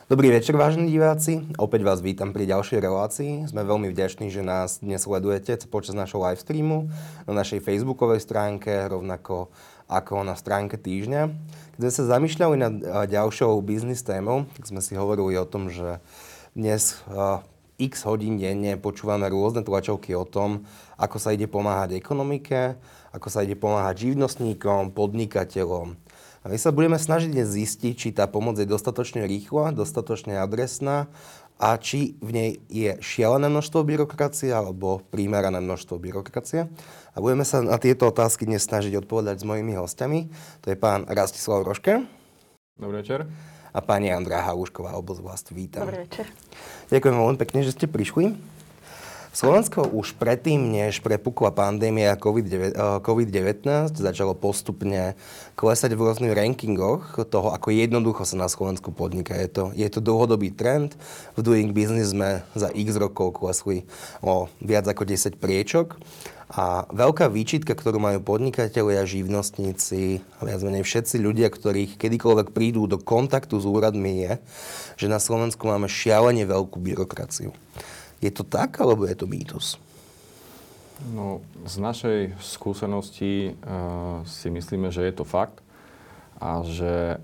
Dobrý večer, vážení diváci. Opäť vás vítam pri ďalšej relácii. Sme veľmi vďační, že nás dnes sledujete počas našho livestreamu na našej facebookovej stránke, rovnako ako na stránke Týždňa. Keď sme sa zamýšľali nad ďalšou biznis témou, tak sme si hovorili o tom, že dnes x hodín denne počúvame rôzne tlačovky o tom, ako sa ide pomáhať ekonomike, ako sa ide pomáhať živnostníkom, podnikateľom. A my sa budeme snažiť dnes zistiť, či tá pomoc je dostatočne rýchla, dostatočne adresná a či v nej je šialené množstvo byrokracie alebo primerané množstvo byrokracie. A budeme sa na tieto otázky dnes snažiť odpovedať s mojimi hostiami. To je pán Rastislav Roške. Dobrý večer. A pani Andrea Halúšková, obozvlast. Vítam. Dobrý večer. Ďakujem veľmi pekne, že ste prišli. Slovensko už predtým, než prepukla pandémia COVID-19, začalo postupne klesať v rôznych rankingoch toho, ako jednoducho sa na Slovensku podniká. Je to dlhodobý trend. V Doing Business sme za x rokov klesli o viac ako 10 priečok. A veľká výčitka, ktorú majú podnikatelia, živnostníci a viac menej všetci ľudia, ktorých kedykoľvek prídu do kontaktu s úradmi, je, že na Slovensku máme šialene veľkú byrokraciu. Je to tak, alebo je to mýtus? No, z našej skúsenosti si myslíme, že je to fakt a že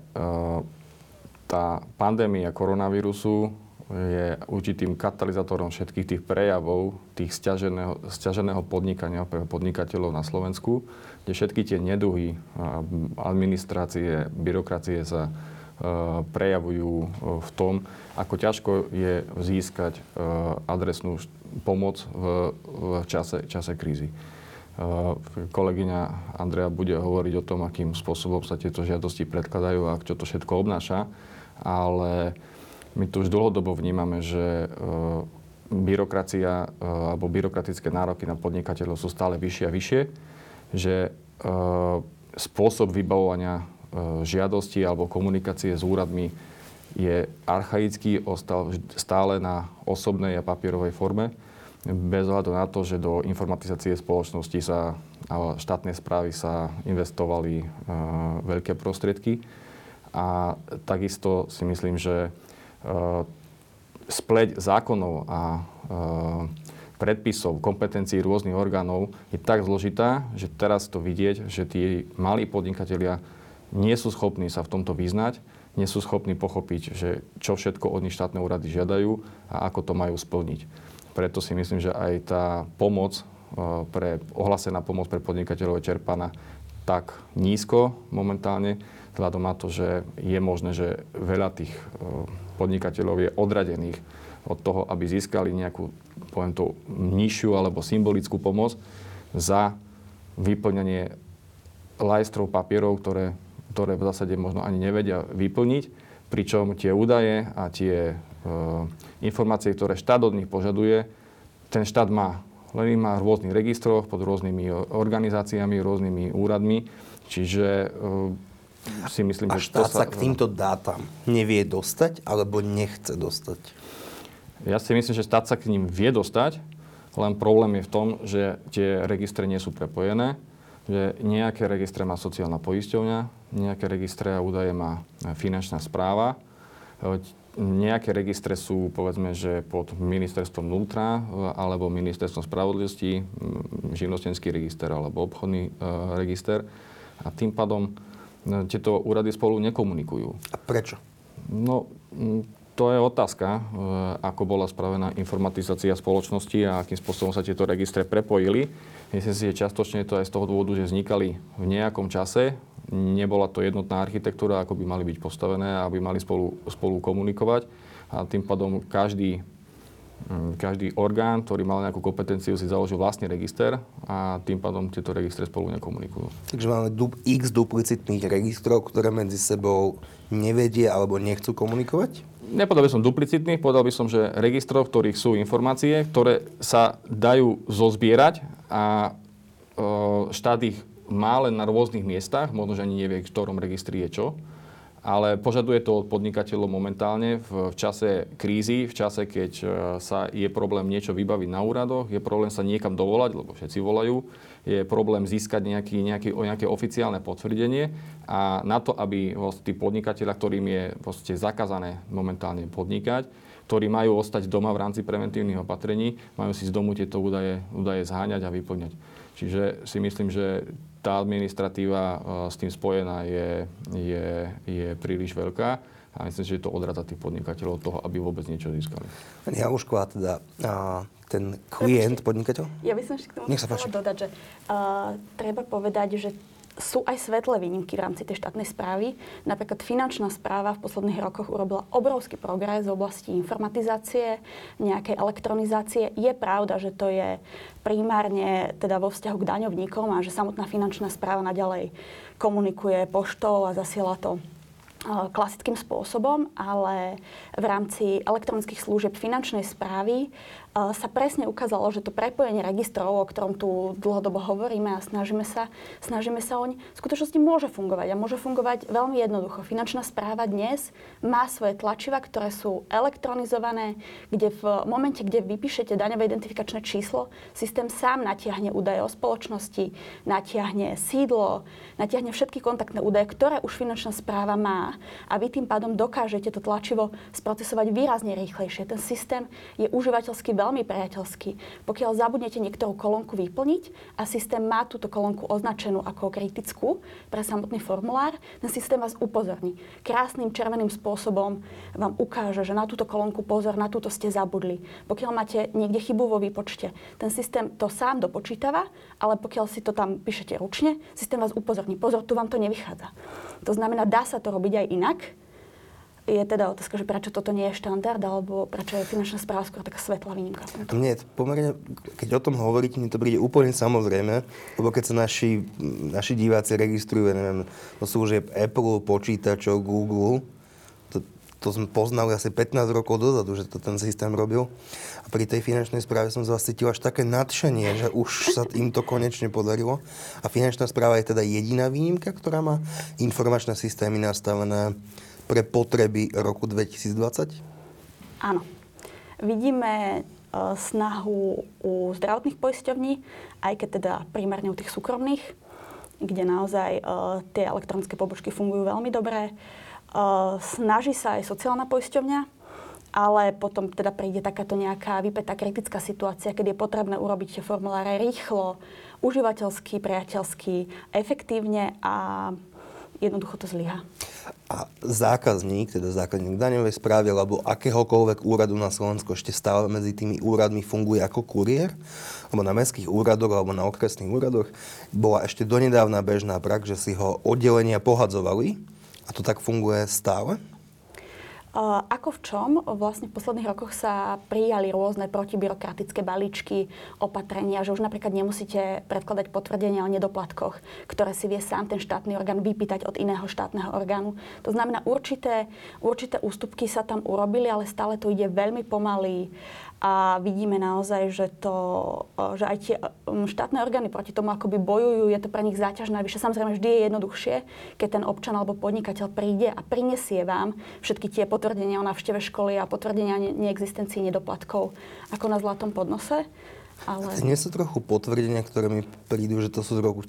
tá pandémia koronavírusu je určitým katalizátorom všetkých tých prejavov, tých sťaženého podnikania pre podnikateľov na Slovensku, kde všetky tie neduhy administrácie, byrokracie sa prejavujú v tom, ako ťažko je získať adresnú pomoc v čase krízy. Kolegyňa Andrea bude hovoriť o tom, akým spôsobom sa tieto žiadosti predkladajú a čo to všetko obnáša, ale my tu už dlhodobo vnímame, že byrokracia alebo byrokratické nároky na podnikateľov sú stále vyššie a vyššie, že spôsob vybavovania žiadosti alebo komunikácie s úradmi je archaický, ostal stále na osobnej a papierovej forme, bez ohľadu na to, že do informatizácie spoločnosti a štátnej správy sa investovali veľké prostriedky. A takisto si myslím, že spleť zákonov a predpisov, kompetencií rôznych orgánov je tak zložitá, že teraz to vidieť, že tí malí podnikatelia nie sú schopní sa v tomto vyznať, nie sú schopní pochopiť, že čo všetko od nich štátne úrady žiadajú a ako to majú splniť. Preto si myslím, že aj tá pomoc, ohlásená pomoc pre podnikateľov je čerpaná tak nízko momentálne, vzhľadom na to, že je možné, že veľa tých podnikateľov je odradených od toho, aby získali nejakú, poviem to, nižšiu alebo symbolickú pomoc za vyplňanie lajstrov papierov, ktoré v zásade možno ani nevedia vyplniť, pričom tie údaje a tie informácie, ktoré štát od nich požaduje, ten štát má. Len má v rôznych registroch, pod rôznymi organizáciami, rôznymi úradmi, čiže si myslím, že štát sa k týmto dátam nevie dostať, alebo nechce dostať? Ja si myslím, že štát sa k ním vie dostať, len problém je v tom, že tie registre nie sú prepojené, že nejaké registre má sociálna poisťovňa, nejaké registre a údaje má finančná správa, nejaké registre sú, povedzme, že pod ministerstvom vnútra alebo ministerstvom spravodlivosti, živnostenský register alebo obchodný register a tým pádom tieto úrady spolu nekomunikujú. A prečo? No, to je otázka, ako bola spravená informatizácia spoločnosti a akým spôsobom sa tieto registre prepojili. Myslím si, že častočne je to aj z toho dôvodu, že vznikali v nejakom čase. Nebola to jednotná architektúra, ako by mali byť postavené, aby mali spolu komunikovať. A tým pádom každý orgán, ktorý mal nejakú kompetenciu, si založil vlastný register a tým pádom tieto registre spolu nekomunikujú. Takže máme x duplicitných registrov, ktoré medzi sebou nevedia alebo nechcú komunikovať? Nepovedal by som duplicitných, povedal by som, že registrov, v ktorých sú informácie, ktoré sa dajú zozbierať a štát ich má len na rôznych miestach, možno, že ani nevie, v ktorom registri je čo. ale požaduje to od podnikateľov momentálne v čase krízy, v čase, keď je problém niečo vybaviť na úradoch, je problém sa niekam dovolať, lebo všetci volajú, je problém získať nejaké oficiálne potvrdenie a na to, aby tí podnikatelia, ktorým je zakázané momentálne podnikať, ktorí majú ostať doma v rámci preventívnych opatrení, majú si z domu tieto údaje zháňať a vyplňať. Čiže si myslím, že tá administratíva s tým spojená je príliš veľká a myslím, že to odradza tých podnikateľov od toho, aby vôbec niečo získali. Pani Halušková, teda ten klient, podnikateľ? Ja by som ešte k tomu chcela dodať, že treba povedať, že sú aj svetlé výnimky v rámci tej štátnej správy. Napríklad finančná správa v posledných rokoch urobila obrovský progres v oblasti informatizácie, nejakej elektronizácie. Je pravda, že to je primárne teda vo vzťahu k daňovníkom a že samotná finančná správa naďalej komunikuje poštou a zasiela to klasickým spôsobom, ale v rámci elektronických služieb finančnej správy sa presne ukázalo, že to prepojenie registrov, o ktorom tu dlhodobo hovoríme a snažíme sa oň, v skutočnosti môže fungovať a môže fungovať veľmi jednoducho. Finančná správa dnes má svoje tlačiva, ktoré sú elektronizované, kde v momente, kde vypíšete daňové identifikačné číslo, systém sám natiahne údaje o spoločnosti, natiahne sídlo, natiahne všetky kontaktné údaje, ktoré už finančná správa má a vy tým pádom dokážete to tlačivo sprocesovať výrazne rýchlejšie. Ten systém je užívateľský veľmi priateľský. Pokiaľ zabudnete niektorú kolónku vyplniť a systém má túto kolónku označenú ako kritickú pre samotný formulár, ten systém vás upozorní. Krásnym červeným spôsobom vám ukáže, že na túto kolónku pozor, na túto ste zabudli. Pokiaľ máte niekde chybu vo výpočte, ten systém to sám dopočítava, ale pokiaľ si to tam píšete ručne, systém vás upozorní. Pozor, tu vám to nevychádza. To znamená, dá sa to robiť aj inak. Je teda otázka, že prečo toto nie je štandard, alebo prečo je finančná správa skôr taká svetlá výnimka. Mne pomerne, keď o tom hovoríte, mne to príde úplne samozrejme, lebo keď sa naši diváci registrujú, neviem, do služieb Apple, počítačov, Google, to sme poznali asi 15 rokov dozadu, že to ten systém robil. A pri tej finančnej správe som z vás cítil až také nadšenie, že už sa im to konečne podarilo. A finančná správa je teda jediná výnimka, ktorá má informačné systémy nastavené pre potreby roku 2020? Áno. Vidíme snahu u zdravotných poisťovní, aj keď teda primárne u tých súkromných, kde naozaj tie elektronické pobočky fungujú veľmi dobre. Snaží sa aj sociálna poisťovňa, ale potom teda príde takáto nejaká vypätá kritická situácia, keď je potrebné urobiť tie formuláre rýchlo, užívateľsky, priateľsky, efektívne a jednoducho to zlyhá. A zákazník daňovej správy alebo akéhokoľvek úradu na Slovensku ešte stále medzi tými úradmi funguje ako kuriér? Alebo na mestských úradoch alebo na okresných úradoch bola ešte donedávna bežná prax, že si ho oddelenia pohadzovali a to tak funguje stále? Ako v čom? Vlastne v posledných rokoch sa prijali rôzne protibyrokratické balíčky, opatrenia, že už napríklad nemusíte predkladať potvrdenia o nedoplatkoch, ktoré si vie sám ten štátny orgán vypýtať od iného štátneho orgánu. To znamená, určité ústupky sa tam urobili, ale stále to ide veľmi pomaly. A vidíme naozaj, že aj tie štátne orgány proti tomu akoby bojujú, je to pre nich záťaž navyše. Samozrejme, vždy je jednoduchšie, keď ten občan alebo podnikateľ príde a prinesie vám všetky tie potvrdenia o návšteve školy a potvrdenia neexistencii nedoplatkov ako na zlatom podnose. Ale... Nie sú trochu potvrdenia, ktoré mi prídu, že to sú z roku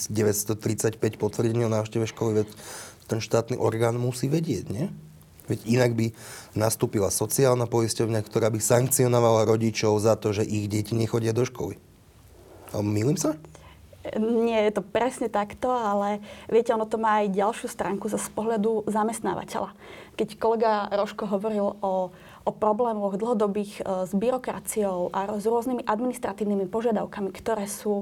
1935 potvrdenia o návšteve školy, veď ten štátny orgán musí vedieť, nie? Veď inak by nastúpila sociálna poisťovňa, ktorá by sankcionovala rodičov za to, že ich deti nechodia do školy. Mýlim sa? Nie je to presne takto, ale viete, ono to má aj ďalšiu stránku z pohľadu zamestnávateľa. Keď kolega Rožko hovoril o problémoch dlhodobých s byrokraciou a s rôznymi administratívnymi požiadavkami, ktoré sú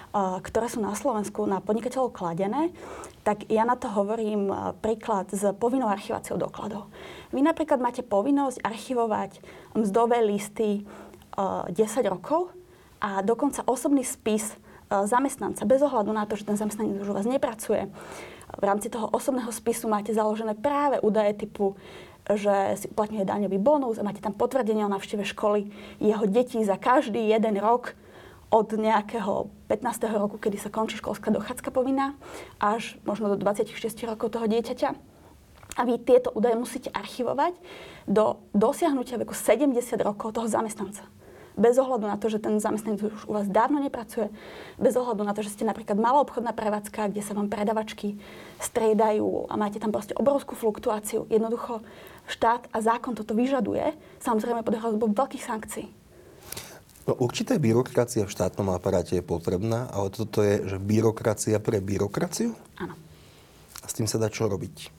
na Slovensku na podnikateľov kladené, tak ja na to hovorím príklad s povinnou archiváciou dokladov. Vy napríklad máte povinnosť archivovať mzdové listy 10 rokov a dokonca osobný spis zamestnanca, bez ohľadu na to, že ten zamestnanec už u vás nepracuje. V rámci toho osobného spisu máte založené práve údaje typu, že si uplatňuje daňový bonus a máte tam potvrdenie o návšteve školy jeho detí za každý jeden rok od nejakého 15. roku, kedy sa končí školská dochádzka povinná, až možno do 26 rokov toho dieťaťa. A vy tieto údaje musíte archivovať do dosiahnutia veku 70 rokov toho zamestnanca. Bez ohľadu na to, že ten zamestnanec už u vás dávno nepracuje, bez ohľadu na to, že ste napríklad maloobchodná prevádzka, kde sa vám predavačky striedajú a máte tam proste obrovskú fluktuáciu. Jednoducho štát a zákon toto vyžaduje, samozrejme pod hrozbou veľkých sankcií. No, určitá byrokracia v štátnom aparáte je potrebná, ale toto je, že byrokracia pre byrokraciu? Áno. A s tým sa dá čo robiť?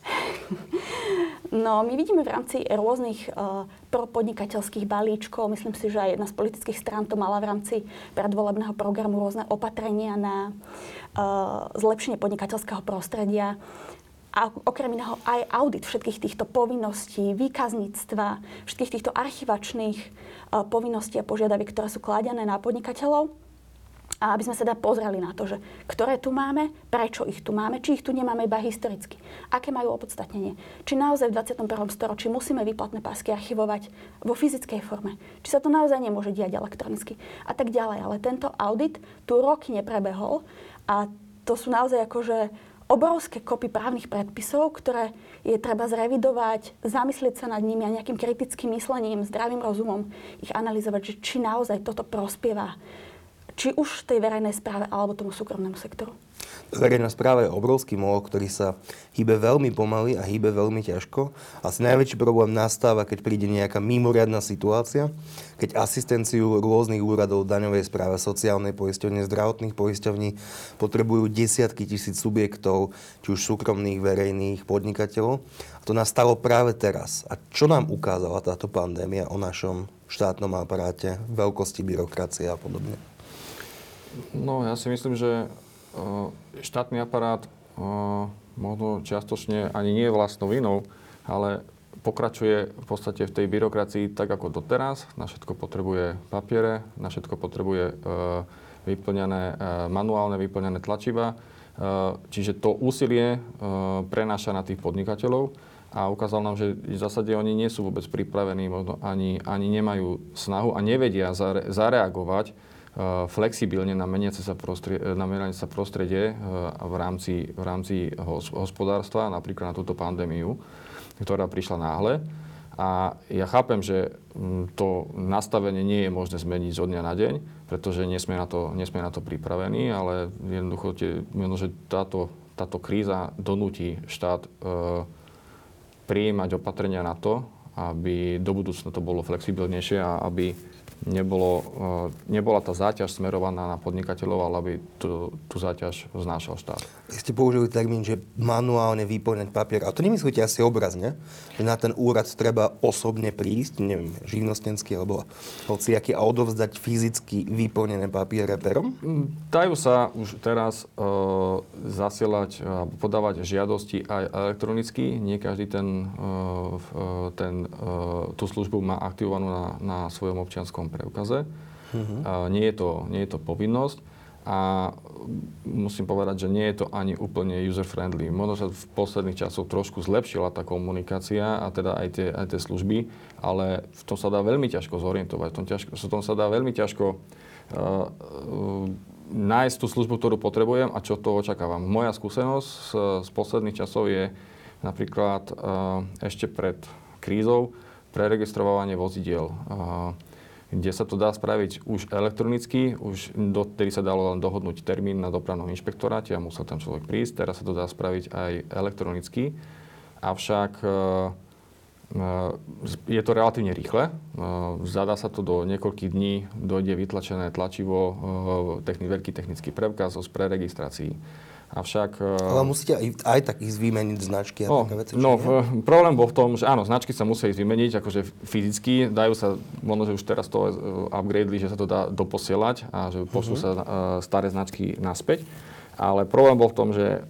No, my vidíme v rámci rôznych propodnikateľských balíčkov, myslím si, že aj jedna z politických strán to mala v rámci predvolebného programu rôzne opatrenia na zlepšenie podnikateľského prostredia. A okrem iného aj audit všetkých týchto povinností, výkazníctva, všetkých týchto archivačných povinností a požiadaviek, ktoré sú kladené na podnikateľov. A aby sme sa pozreli na to, že ktoré tu máme, prečo ich tu máme, či ich tu nemáme iba historicky, aké majú opodstatnenie, či naozaj v 21. storočí musíme výplatné pásky archivovať vo fyzickej forme, či sa to naozaj nemôže diať elektronicky a tak ďalej. Ale tento audit tu roky neprebehol a to sú naozaj akože obrovské kopy právnych predpisov, ktoré je treba zrevidovať, zamyslieť sa nad nimi a nejakým kritickým myslením, zdravým rozumom ich analyzovať, že či naozaj toto prospieva či už tej verejnej správe, alebo tomu súkromnému sektoru. Verejná správa je obrovský môl, ktorý sa hýbe veľmi pomaly a hýbe veľmi ťažko. Asi najväčší problém nastáva, keď príde nejaká mimoriadna situácia, keď asistenciu rôznych úradov, daňovej správe, sociálnej poisťovne, zdravotných poisťovní potrebujú desiatky tisíc subjektov, či už súkromných, verejných, podnikateľov. A to nastalo práve teraz. A čo nám ukázala táto pandémia o našom štátnom aparáte, veľkosti byrokracie a podobne? No, ja si myslím, že štátny aparát možno čiastočne ani nie je vlastnou vinou, ale pokračuje v podstate v tej byrokracii tak ako doteraz. Na všetko potrebuje papiere, na všetko potrebuje manuálne vyplňané tlačiva. Čiže to úsilie prenáša na tých podnikateľov a ukázal nám, že v zásade oni nie sú vôbec pripravení, možno ani nemajú snahu a nevedia zareagovať flexibilne na meniace sa prostredie v rámci hospodárstva, napríklad na túto pandémiu, ktorá prišla náhle. A ja chápem, že to nastavenie nie je možné zmeniť zo dňa na deň, pretože nie sme na to pripravení, ale jednoducho že táto kríza donúti štát prijímať opatrenia na to, aby do budúcna to bolo flexibilnejšie a aby nebola tá záťaž smerovaná na podnikateľov, ale aby tú záťaž znášal štát. Vy ste použili termín, že manuálne vyplňať papier. A to nemyslíte asi obrazne? Že na ten úrad treba osobne prísť, neviem, živnostenský alebo hociaký a odovzdať fyzicky vyplnené papiere perom? Dajú sa už teraz zasielať a podávať žiadosti aj elektronicky. Nie každý tú službu má aktivovanú na svojom občianskom preukaze. Nie je to povinnosť a musím povedať, že nie je to ani úplne user-friendly. Možno sa v posledných časoch trošku zlepšila tá komunikácia a teda aj tie služby, ale v tom sa dá veľmi ťažko zorientovať. V tom sa dá veľmi ťažko nájsť tú službu, ktorú potrebujem a čo to očakávam. Moja skúsenosť z posledných časov je napríklad ešte pred krízou preregistrovanie vozidiel, kde sa to dá spraviť už elektronicky, už dotedy sa dalo len dohodnúť termín na dopravnom inšpektoráte a musel tam človek prísť. Teraz sa to dá spraviť aj elektronicky, avšak je to relatívne rýchle. Zadá sa to do niekoľkých dní, dojde vytlačené tlačivo, veľký technický preukaz o preregistrácii. Avšak... Ale musíte aj tak ísť vymeniť značky a také veci? Problém bol v tom, že áno, značky sa musia ísť vymeniť, akože fyzicky. Dajú sa, možno, že už teraz to upgradeli, že sa to dá doposielať a že pošlú sa staré značky naspäť. Ale problém bol v tom, že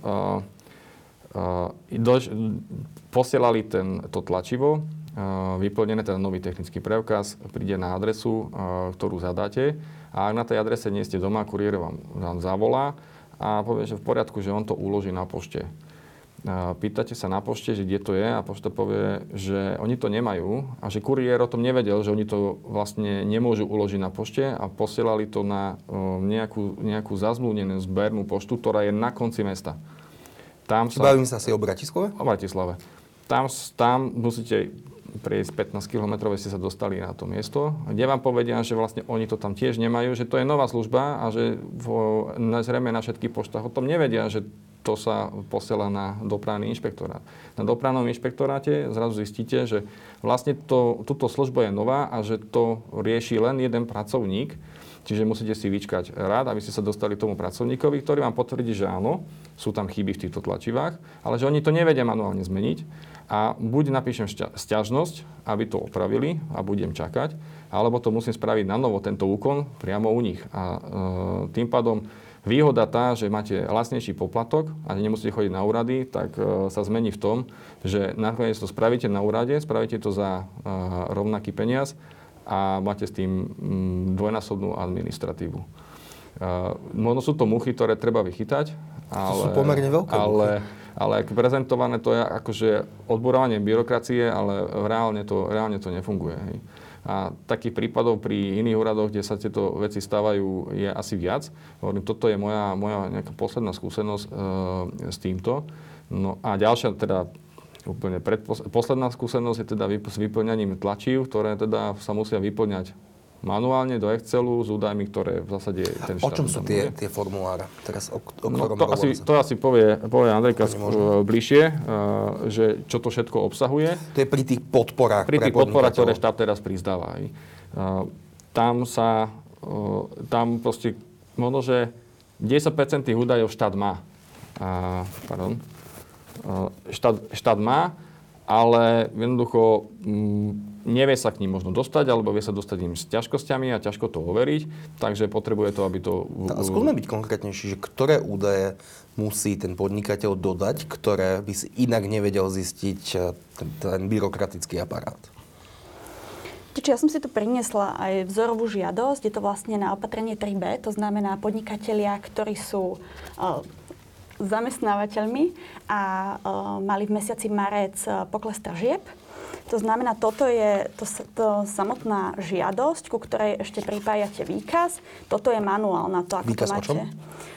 posielali to tlačivo, vyplnené ten nový technický preukaz, príde na adresu, ktorú zadáte a ak na tej adrese nie ste doma, kuriér vám zavolá a povie, že v poriadku, že on to uloží na pošte. Pýtate sa na pošte, že kde to je a pošta povie, že oni to nemajú a že kuriér o tom nevedel, že oni to vlastne nemôžu uložiť na pošte a posielali to na nejakú zazmluvnenú zbernú poštu, ktorá je na konci mesta. Bavím sa asi o Bratislave? O Bratislave. tam musíte prejsť 15 km, ste sa dostali na to miesto, kde vám povedia, že vlastne oni to tam tiež nemajú, že to je nová služba a že zrejme na všetkých poštách o tom nevedia, že to sa posiela na dopravný inšpektorát. Na dopravnom inšpektoráte zrazu zistíte, že vlastne túto služba je nová a že to rieši len jeden pracovník, čiže musíte si vyčkať rád, aby ste sa dostali k tomu pracovníkovi, ktorý vám potvrdí, že áno, sú tam chyby v týchto tlačivách, ale že oni to nevedia manuálne zmeniť. A buď napíšem sťažnosť, aby to opravili a budem čakať, alebo to musím spraviť na novo, tento úkon, priamo u nich. A tým pádom výhoda tá, že máte lacnejší poplatok a nemusíte chodiť na úrady, tak sa zmení v tom, že nakoniec to spravíte na úrade, spravíte to za rovnaký peniaz a máte s tým dvojnásobnú administratívu. Možno sú to muchy, ktoré treba vychytať, ale, to sú pomerne veľké muchy. Ale prezentované to je akože odborovanie byrokracie, ale reálne to nefunguje. Hej. A takých prípadov pri iných úradoch, kde sa tieto veci stávajú, je asi viac. Hovorím, toto je moja nejaká posledná skúsenosť s týmto. No a ďalšia teda úplne posledná skúsenosť je teda s vyplňaním tlačív, ktoré teda sa musia vyplňať manuálne do Excelu s údajmi, ktoré v zásade ten štát... O čom sú tie formuláre? Teraz o ktorom to asi povie Andrejka bližšie, že čo to všetko obsahuje. To je pri tých podporách. Pri tých podporách, ktoré štát teraz prizdáva. Tam proste možno, že 10% tých údajov štát má. Štát má, ale jednoducho nevie sa k ním možno dostať, alebo vie sa dostať im s ťažkosťami a ťažko to overiť, takže potrebuje to, aby to... Skúsme byť konkrétnejší, že ktoré údaje musí ten podnikateľ dodať, ktoré by si inak nevedel zistiť ten byrokratický aparát. Čiže ja som si tu priniesla aj vzorovú žiadosť, je to vlastne na opatrenie 3B, to znamená podnikatelia, ktorí sú zamestnávateľmi a mali v mesiaci marec pokles tržieb. To znamená, toto je to samotná žiadosť, ku ktorej ešte pripájate výkaz. Toto je manuál na to, ako výkaz to máte. O čom?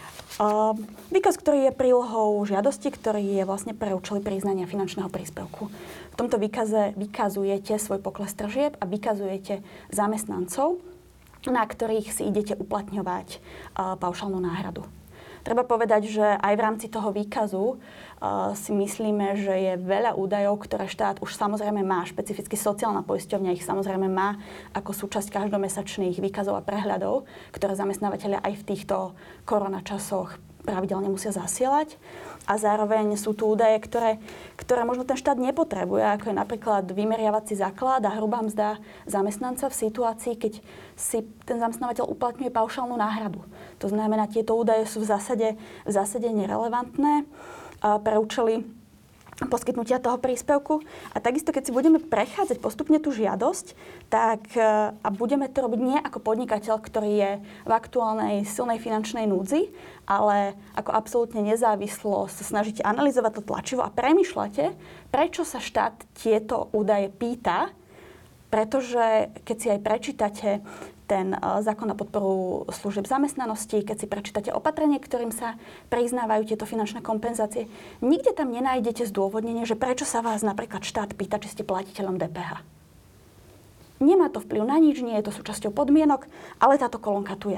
Výkaz, ktorý je prílohou žiadosti, ktorý je vlastne pre účely priznania finančného príspevku. V tomto výkaze vykazujete svoj pokles tržieb a vykazujete zamestnancov, na ktorých si idete uplatňovať paušálnu náhradu. Treba povedať, že aj v rámci toho výkazu si myslíme, že je veľa údajov, ktoré štát už samozrejme má. Špecificky sociálna poisťovňa ich samozrejme má ako súčasť každomesačných výkazov a prehľadov, ktoré zamestnávateľia aj v týchto koronačasoch pravidelne musia zasielať. A zároveň sú tu údaje, ktoré možno ten štát nepotrebuje, ako je napríklad vymeriavací základ a hrubá mzda zamestnanca v situácii, keď si ten zamestnávateľ uplatňuje paušálnu náhradu. To znamená, tieto údaje sú v zásade nerelevantné pre účely poskytnutia toho príspevku. A takisto, keď si budeme prechádzať postupne tú žiadosť, tak a budeme to robiť nie ako podnikateľ, ktorý je v aktuálnej silnej finančnej núdzi, ale ako absolútne nezávislo sa snažíte analyzovať to tlačivo a premýšľate, prečo sa štát tieto údaje pýta, pretože keď si aj prečítate ten zákon na podporu služieb zamestnanosti, keď si prečítate opatrenie, ktorým sa priznávajú tieto finančné kompenzácie, nikde tam nenájdete zdôvodnenie, že prečo sa vás napríklad štát pýta, či ste platiteľom DPH. Nemá to vplyv na nič, nie je to súčasťou podmienok, ale táto kolónka tu je.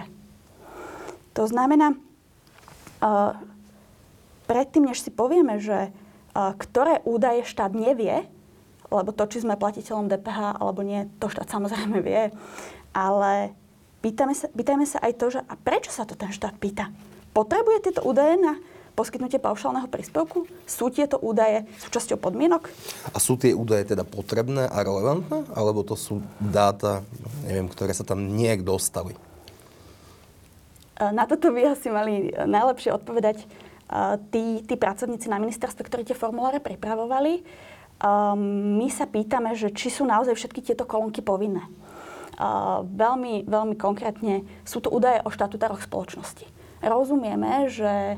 To znamená, predtým, než si povieme, že ktoré údaje štát nevie, lebo to, či sme platiteľom DPH alebo nie, to štát samozrejme vie, ale pýtajme sa aj to, že a prečo sa to ten štát pýta? Potrebuje tieto údaje na poskytnutie paušálneho príspevku? Sú tieto údaje súčasťou podmienok? A sú tie údaje teda potrebné a relevantné? Alebo to sú dáta, neviem, ktoré sa tam nejak dostali? Na toto by asi mali najlepšie odpovedať tí pracovníci na ministerstve, ktorí tie formuláre pripravovali. My sa pýtame, že či sú naozaj všetky tieto kolónky povinné. Veľmi, veľmi konkrétne sú to údaje o štatutároch spoločnosti. Rozumieme, že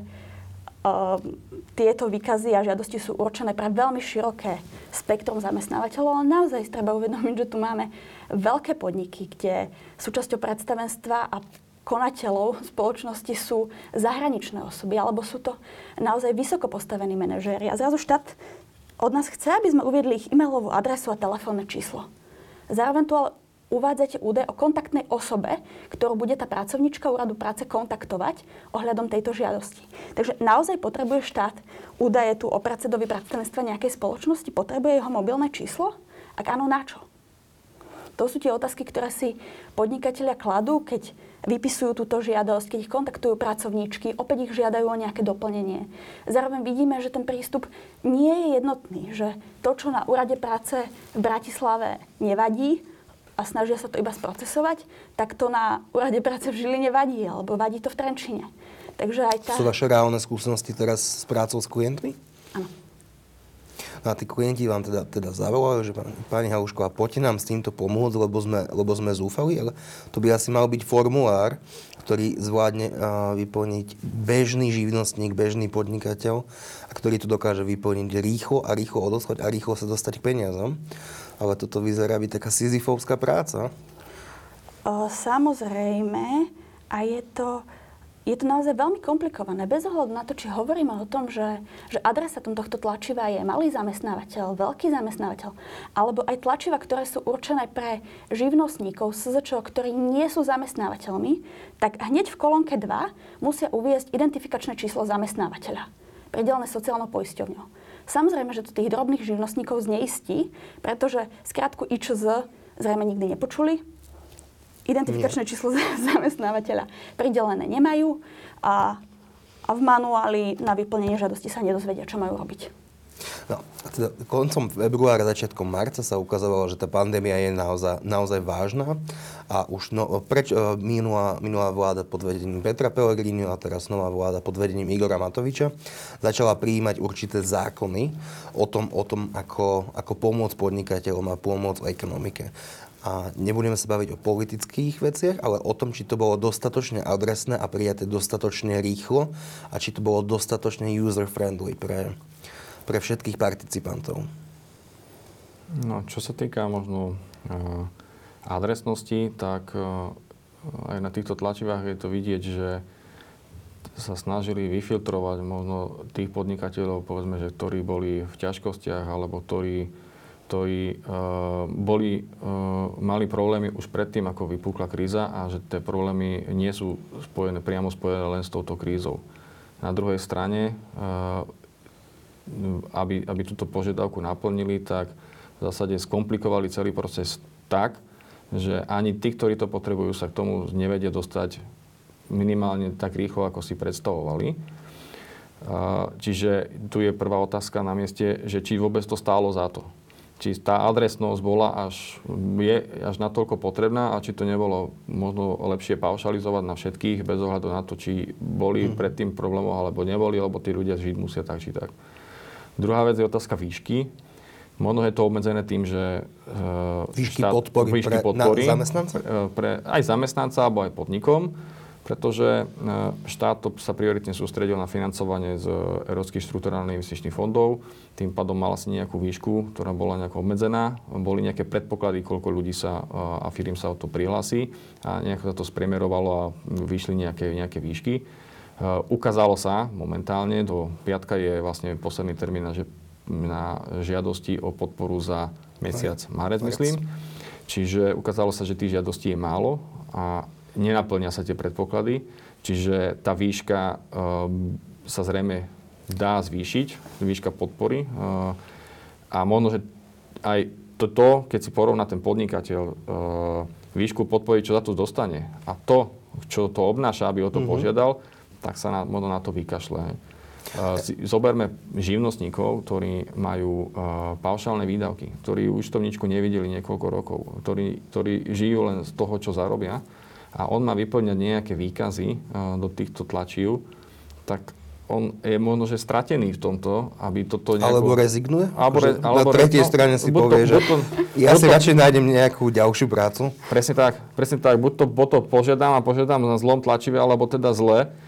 tieto výkazy a žiadosti sú určené pre veľmi široké spektrum zamestnávateľov, ale naozaj treba uvedomiť, že tu máme veľké podniky, kde súčasťou predstavenstva a konateľov spoločnosti sú zahraničné osoby, alebo sú to naozaj vysoko postavení manažéri. A zrazu štát od nás chce, aby sme uviedli ich e-mailovú adresu a telefónne číslo. Zároveň tu ale uvádzate údaj o kontaktnej osobe, ktorú bude tá pracovníčka úradu práce kontaktovať ohľadom tejto žiadosti. Takže naozaj potrebuje štát údaje tu o predsedovi predstavenstva nejakej spoločnosti? Potrebuje jeho mobilné číslo? Ak áno, na čo? To sú tie otázky, ktoré si podnikatelia kladú, keď vypisujú túto žiadosť, keď ich kontaktujú pracovníčky, opäť ich žiadajú o nejaké doplnenie. Zároveň vidíme, že ten prístup nie je jednotný, že to, čo na úrade práce v Bratislave nevadí a snažia sa to iba sprocesovať, tak to na úrade práce v Žiline vadí, alebo vadí to v Trenčíne. Takže aj tá... Sú vaše reálne skúsenosti teraz s prácou s klientmi? Áno. No a tí klienti vám teda zavolajú, že pani Halušková, poďte nám s týmto pomôcť, lebo sme zúfali, ale to by asi mal byť formulár, ktorý zvládne vyplniť bežný živnostník, bežný podnikateľ a ktorý to dokáže vyplniť rýchlo odoslať a rýchlo sa dostať k peniazom. Ale toto vyzerá byť taká sisyfovská práca. Samozrejme, a je to naozaj veľmi komplikované. Bez ohľadu na to, či hovoríme o tom, že adresátom tohto tlačiva je malý zamestnávateľ, veľký zamestnávateľ, alebo aj tlačiva, ktoré sú určené pre živnostníkov, SZČO, ktorí nie sú zamestnávateľmi, tak hneď v kolónke 2 musia uviesť identifikačné číslo zamestnávateľa, pridelené sociálnou poisťovňou. Samozrejme, že to tých drobných živnostníkov zneistí, pretože skratku IČZ zrejme nikdy nepočuli, identifikačné číslo zamestnávateľa pridelené nemajú a v manuáli na vyplnenie žiadosti sa nedozvedia, čo majú robiť. No, a teda koncom februára, začiatkom marca sa ukazovalo, že tá pandémia je naozaj vážna a už minulá vláda pod vedením Petra Pellegriniho a teraz nová vláda pod vedením Igora Matoviča začala prijímať určité zákony o tom ako pomôcť podnikateľom a pomôcť ekonomike. A nebudeme sa baviť o politických veciach, ale o tom, či to bolo dostatočne adresné a prijaté dostatočne rýchlo a či to bolo dostatočne user-friendly pre všetkých participantov. No, čo sa týka možno adresnosti, tak aj na týchto tlačivách je to vidieť, že sa snažili vyfiltrovať možno tých podnikateľov, povedzme, že ktorí boli v ťažkostiach alebo ktorí mali problémy už predtým, ako vypukla kríza a že tie problémy nie sú priamo spojené len s touto krízou. Na druhej strane, aby túto požiadavku naplnili, tak v zásade skomplikovali celý proces tak, že ani tí, ktorí to potrebujú, sa k tomu nevedia dostať minimálne tak rýchlo, ako si predstavovali. Čiže tu je prvá otázka na mieste, že či vôbec to stálo za to. Či tá adresnosť bola až natoľko potrebná a či to nebolo možno lepšie paušalizovať na všetkých bez ohľadu na to, či boli predtým problémov alebo neboli, lebo tí ľudia žiť musia tak či tak. Druhá vec je otázka výšky. Možno je to obmedzené tým, že výšky podpory zamestnanca? Aj zamestnanca alebo aj podnikom, pretože štát sa prioritne sústredil na financovanie z európskych štrukturálnych investičných fondov. Tým pádom mal asi nejakú výšku, ktorá bola nejako obmedzená. Boli nejaké predpoklady, koľko ľudí sa a firiem sa o to prihlási a nejako sa to spriemerovalo a vyšli nejaké výšky. Ukázalo sa momentálne, do piatka je vlastne posledný termín na žiadosti o podporu za mesiac marec, myslím. Čiže ukázalo sa, že tých žiadostí je málo a nenaplnia sa tie predpoklady, čiže tá výška sa zrejme dá zvýšiť, výška podpory. A možno, že aj toto, keď si porovná ten podnikateľ výšku podpory, čo za to dostane a to, čo to obnáša, aby o to požiadal, tak sa možno na to vykašle. Zoberme živnostníkov, ktorí majú paušálne výdavky, ktorí účtovníčku nevideli niekoľko rokov, ktorí žijú len z toho, čo zarobia, a on má vyplňať nejaké výkazy do týchto tlačív, tak on je možno, že stratený v tomto, aby toto nejako... Alebo rezignuje? Alebo na tretej strane si povie, že ja si radšej nájdem nejakú ďalšiu prácu. Presne tak. Buď to požiadam na zlom tlačive, alebo teda zle,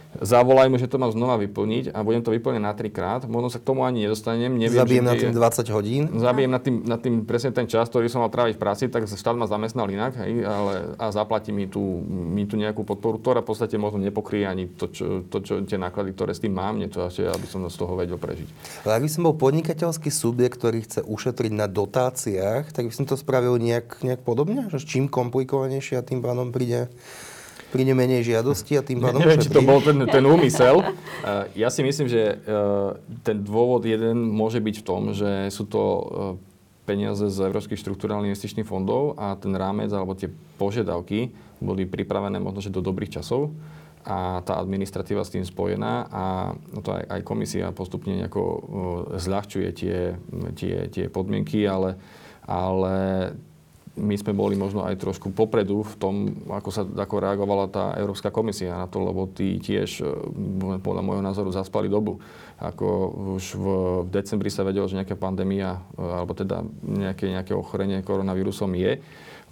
zavolajme, že to mám znova vyplniť a budem to vyplniť na 3-krát. Možno sa k tomu ani nedostanem. Neviem, zabijem na tým 20 hodín. Zabijem na tým presne ten čas, ktorý som mal tráviť v práci, tak štát ma zamestnal inak, hej, a zaplatí mi tú nejakú podporu, ktorá v podstate možno nepokryje ani tie náklady, ktoré s tým mám, nie to asi, aby som z toho vedel prežiť. Ale ak by som bol podnikateľský subjekt, ktorý chce ušetriť na dotáciách, tak by som to spravil nejak podobne? Že čím komplikovanejšie a tým pádom príde menej žiadosti a tým pádom neviem, či to bol ten úmysel. Ja si myslím, že ten dôvod jeden môže byť v tom, že sú to peniaze z Európskych štrukturálnych investičných fondov a ten rámec alebo tie požiadavky boli pripravené možno, že do dobrých časov a tá administratíva s tým spojená a to aj komisia postupne nejako zľahčuje tie podmienky, ale my sme boli možno aj trošku popredu v tom, ako reagovala tá Európska komisia na to, lebo tí tiež, podľa môjho názoru, zaspali dobu. Ako už v decembri sa vedelo, že nejaká pandémia, alebo teda nejaké ochorenie koronavírusom je.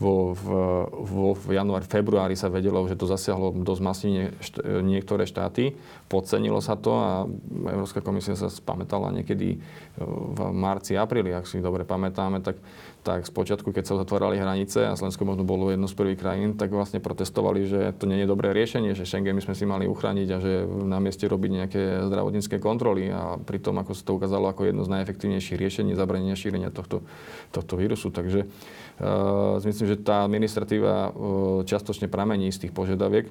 V januári, februári sa vedelo, že to zasiahlo dosť masívne niektoré štáty. Podcenilo sa to a Európska komisia sa spamätala niekedy v marci, apríli, ak si dobre pamätáme, tak spočiatku, keď sa zatvárali hranice a Slovensko možno bolo jedno z prvých krajín, tak vlastne protestovali, že to nie je dobré riešenie, že Schengen by sme si mali uchrániť a že na mieste robiť nejaké zdravotnícke kontroly a pritom, ako sa to ukázalo ako jedno z najefektívnejších riešení zabranenia šírenia tohto vírusu. Takže myslím, že tá administratíva častočne pramení z tých požiadaviek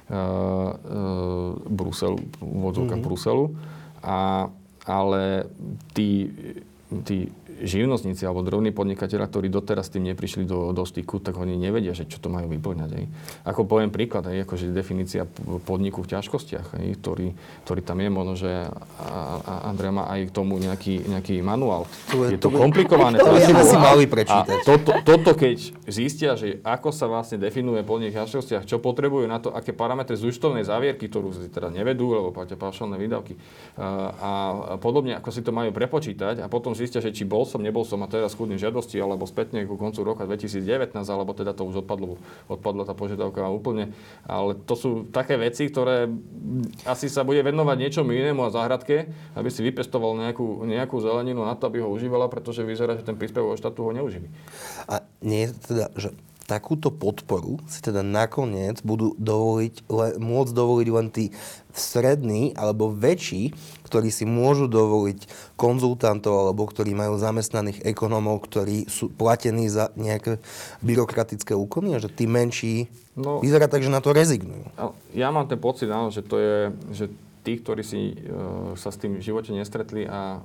Bruselu, ale tí živnostníci alebo drobní podnikatelia, ktorí doteraz s tým neprišli do styku, tak oni nevedia, že čo to majú vyplňať. Ako poviem príklad, akože definícia podniku v ťažkostiach, ktorý tam je, možno, že Andrea má aj k tomu nejaký manuál. Je to komplikované. To by asi mali prečítať. Toto keď zistia, že ako sa vlastne definuje podnik v ťažkostiach, čo potrebujú na to, aké parametre z účtovnej závierky, ktorú si teda nevedú, lebo platia paušálne výdavky a podobne, ako si to majú prepočítať a potom zistia, že či nebol som a teraz chudím žiadosti, alebo spätne ku koncu roka 2019, alebo teda to už odpadla tá požiadavka úplne. Ale to sú také veci, ktoré asi sa bude venovať niečomu inému a záhradke, aby si vypestoval nejakú zeleninu na to, aby ho užívala, pretože vyzerá, že ten príspevok od štátu ho neuživí. A nie je teda, že takúto podporu si teda nakoniec budú môcť dovoliť len tí strední alebo väčší, ktorí si môžu dovoliť konzultantov alebo ktorí majú zamestnaných ekonómov, ktorí sú platení za nejaké byrokratické úkony a že tí menší vyzerá tak, že na to rezignujú. Ja mám ten pocit, že to je, že tí, ktorí sa s tým v živote nestretli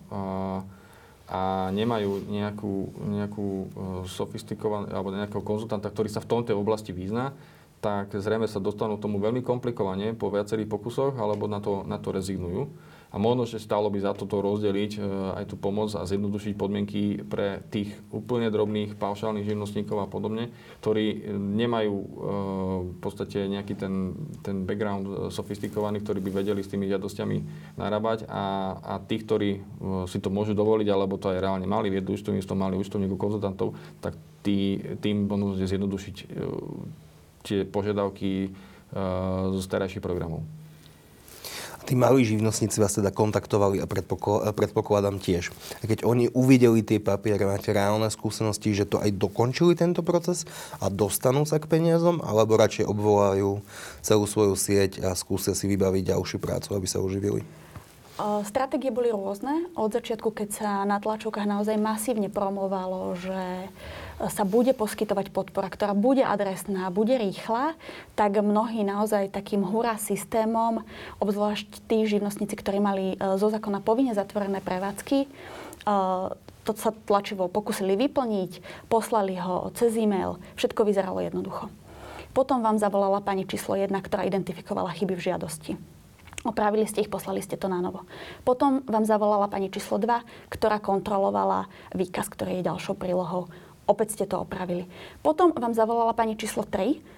a nemajú nejakú sofistikovanú alebo nejakého konzultanta, ktorý sa v tomto oblasti vyzná, tak zrejme sa dostanú tomu veľmi komplikovane po viacerých pokusoch alebo na to rezignujú. A možno, že stálo by za to rozdeliť aj tú pomoc a zjednodušiť podmienky pre tých úplne drobných paušálnych živnostníkov a podobne, ktorí nemajú v podstate nejaký ten background sofistikovaný, ktorí by vedeli s tými žiadosťami narábať a tí, ktorí si to môžu dovoliť, alebo to aj reálne mali viedť účtovníctvo, mali účtovníkov, konzultantov, tak tým môžu zjednodušiť tie požiadavky zo starejších programov. Tí malí živnostníci vás teda kontaktovali a predpokladám tiež. A keď oni uvideli tie papiere, máte reálne skúsenosti, že to aj dokončili tento proces a dostanú sa k peniazom, alebo radšej obvolajú celú svoju sieť a skúsia si vybaviť ďalšiu prácu, aby sa uživili? Stratégie boli rôzne. Od začiatku, keď sa na tlačovkách naozaj masívne promovalo, že sa bude poskytovať podpora, ktorá bude adresná, bude rýchla, tak mnohí naozaj takým hurá systémom, obzvlášť tí živnostníci, ktorí mali zo zákona povinne zatvorené prevádzky, to sa tlačivo pokúsili vyplniť, poslali ho cez e-mail, všetko vyzeralo jednoducho. Potom vám zavolala pani číslo 1, ktorá identifikovala chyby v žiadosti. Opravili ste ich, poslali ste to na novo. Potom vám zavolala pani číslo 2, ktorá kontrolovala výkaz, ktorý je ďalšou prílohou. Opäť ste to opravili. Potom vám zavolala pani číslo 3,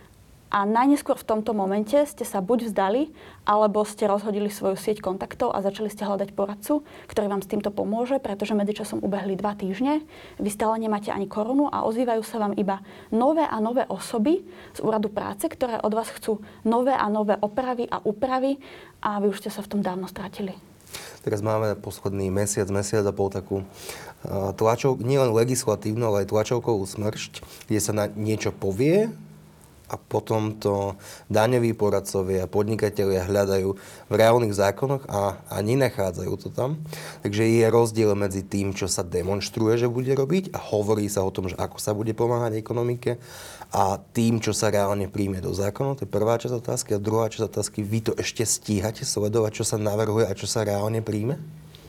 a najneskôr v tomto momente ste sa buď vzdali, alebo ste rozhodili svoju sieť kontaktov a začali ste hľadať poradcu, ktorý vám s týmto pomôže, pretože medzičasom ubehli 2 týždne, vy stále nemáte ani korunu a ozývajú sa vám iba nové a nové osoby z úradu práce, ktoré od vás chcú nové a nové opravy a úpravy a vy už ste sa v tom dávno stratili. Teraz máme posledný mesiac a pol takú nielen legislatívnu, ale aj tlačovkovú smršť, kde sa na niečo povie, a potom to daňoví poradcovia a podnikatelia hľadajú v reálnych zákonoch a nenachádzajú to tam. Takže je rozdiel medzi tým, čo sa demonstruje, že bude robiť a hovorí sa o tom, že ako sa bude pomáhať ekonomike a tým, čo sa reálne príjme do zákonov. To je prvá časť otázky. A druhá časť otázky, vy to ešte stíhate sledovať, čo sa navrhuje a čo sa reálne príjme?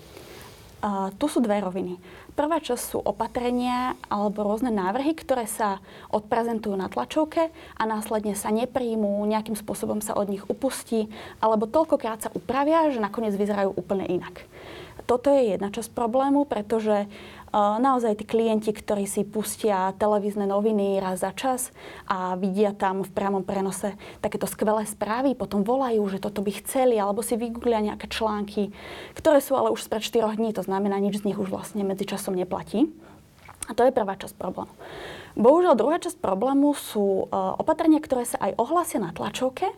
Tu sú 2 roviny. Prvá časť sú opatrenia alebo rôzne návrhy, ktoré sa odprezentujú na tlačovke a následne sa nepríjmú, nejakým spôsobom sa od nich upustí, alebo toľkokrát sa upravia, že nakoniec vyzerajú úplne inak. Toto je jedna časť problému, pretože naozaj tí klienti, ktorí si pustia televízne noviny raz za čas a vidia tam v priamom prenose takéto skvelé správy, potom volajú, že toto by chceli, alebo si vygooglia nejaké články, ktoré sú ale už spred 4 dní, to znamená, nič z nich už vlastne medzičasom neplatí. A to je prvá časť problému. Bohužiaľ, druhá časť problému sú opatrenia, ktoré sa aj ohlásia na tlačovke,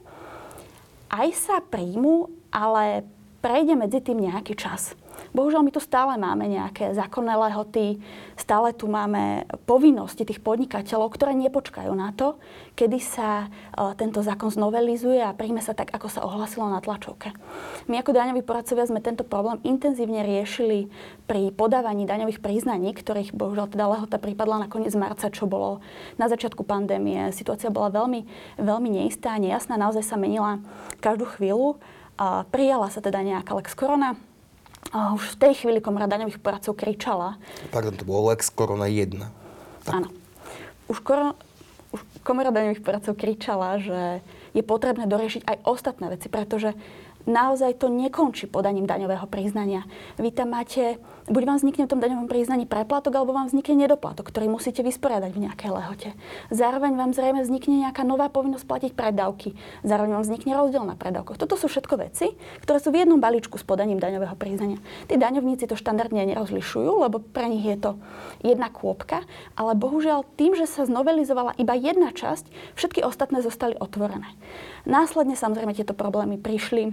aj sa príjmu, ale prejde medzi tým nejaký čas. Bohužiaľ, my tu stále máme nejaké zákonné lehoty, stále tu máme povinnosti tých podnikateľov, ktoré nepočkajú na to, kedy sa tento zákon znovelizuje a príjme sa tak, ako sa ohlasilo na tlačovke. My ako daňoví poradcovia sme tento problém intenzívne riešili pri podávaní daňových priznaní, ktorých bohužiaľ teda lehota pripadla na koniec marca, čo bolo na začiatku pandémie. Situácia bola veľmi, veľmi neistá, nejasná, naozaj sa menila každú chvíľu. Prijala sa teda nejaká Lex Korona. Už v tej chvíli Komora daňových poradcov kričala. Pardon, to bolo Lex Korona 1. Tak. Áno. Už Komora daňových poradcov kričala, že je potrebné doriešiť aj ostatné veci, pretože naozaj to nekončí podaním daňového priznania. Vy tam máte, buď vám vznikne v tom daňovom priznaní preplatok, alebo vám vznikne nedoplatok, ktorý musíte vysporiadať v nejakej lehote. Zároveň vám zrejme vznikne nejaká nová povinnosť platiť preddavky. Zároveň vám vznikne rozdiel na preddavkoch. Toto sú všetko veci, ktoré sú v jednom balíčku s podaním daňového priznania. Tí daňovníci to štandardne nerozlišujú, lebo pre nich je to jedna kôpka, ale bohužiaľ tým, že sa znovelizovala iba jedna časť, všetky ostatné zostali otvorené. Následne samozrejme tieto problémy prišli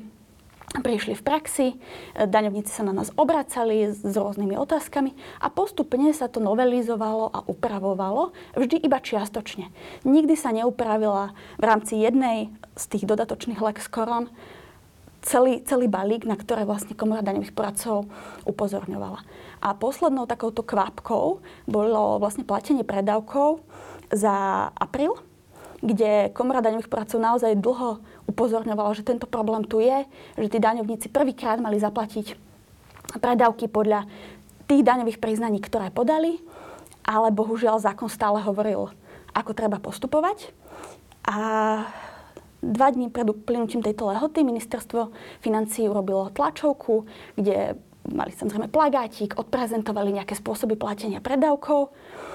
v praxi, daňovníci sa na nás obracali s rôznymi otázkami a postupne sa to novelizovalo a upravovalo vždy iba čiastočne. Nikdy sa neupravila v rámci jednej z tých dodatočných Lex Koron celý balík, na ktoré vlastne Komora daňových poradcov upozorňovala. A poslednou takouto kvapkou bolo vlastne platenie preddavkov za apríl, kde Komora daňových poradcov naozaj dlho upozorňovala, že tento problém tu je, že tí daňovníci prvýkrát mali zaplatiť preddavky podľa tých daňových priznaní, ktoré podali, ale bohužiaľ zákon stále hovoril, ako treba postupovať. A 2 dní pred uplynutím tejto lehoty ministerstvo financií urobilo tlačovku, kde mali samozrejme plagátik, odprezentovali nejaké spôsoby platenia preddavkov,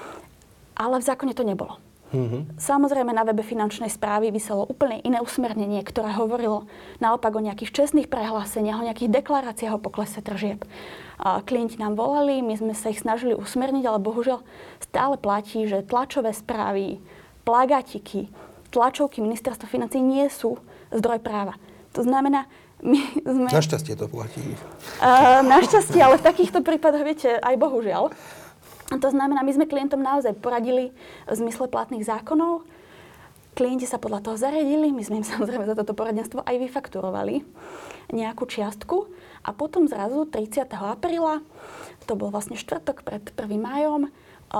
ale v zákone to nebolo. Samozrejme na webe finančnej správy viselo úplne iné usmernenie, ktoré hovorilo naopak o nejakých čestných prehláseniach, o nejakých deklaráciách o poklese tržieb. Klienti nám volali, my sme sa ich snažili usmerniť, ale bohužiaľ stále platí, že tlačové správy, plagátiky, tlačovky ministerstva financií nie sú zdroj práva. To znamená, my sme... Našťastie to platí. Našťastie, ale v takýchto prípadoch, viete, aj bohužiaľ. To znamená, my sme klientom naozaj poradili v zmysle platných zákonov. Klienti sa podľa toho zariadili, my sme im samozrejme za toto poradenstvo aj vyfakturovali nejakú čiastku. A potom zrazu 30. apríla, to bol vlastne štvrtok pred 1. májom,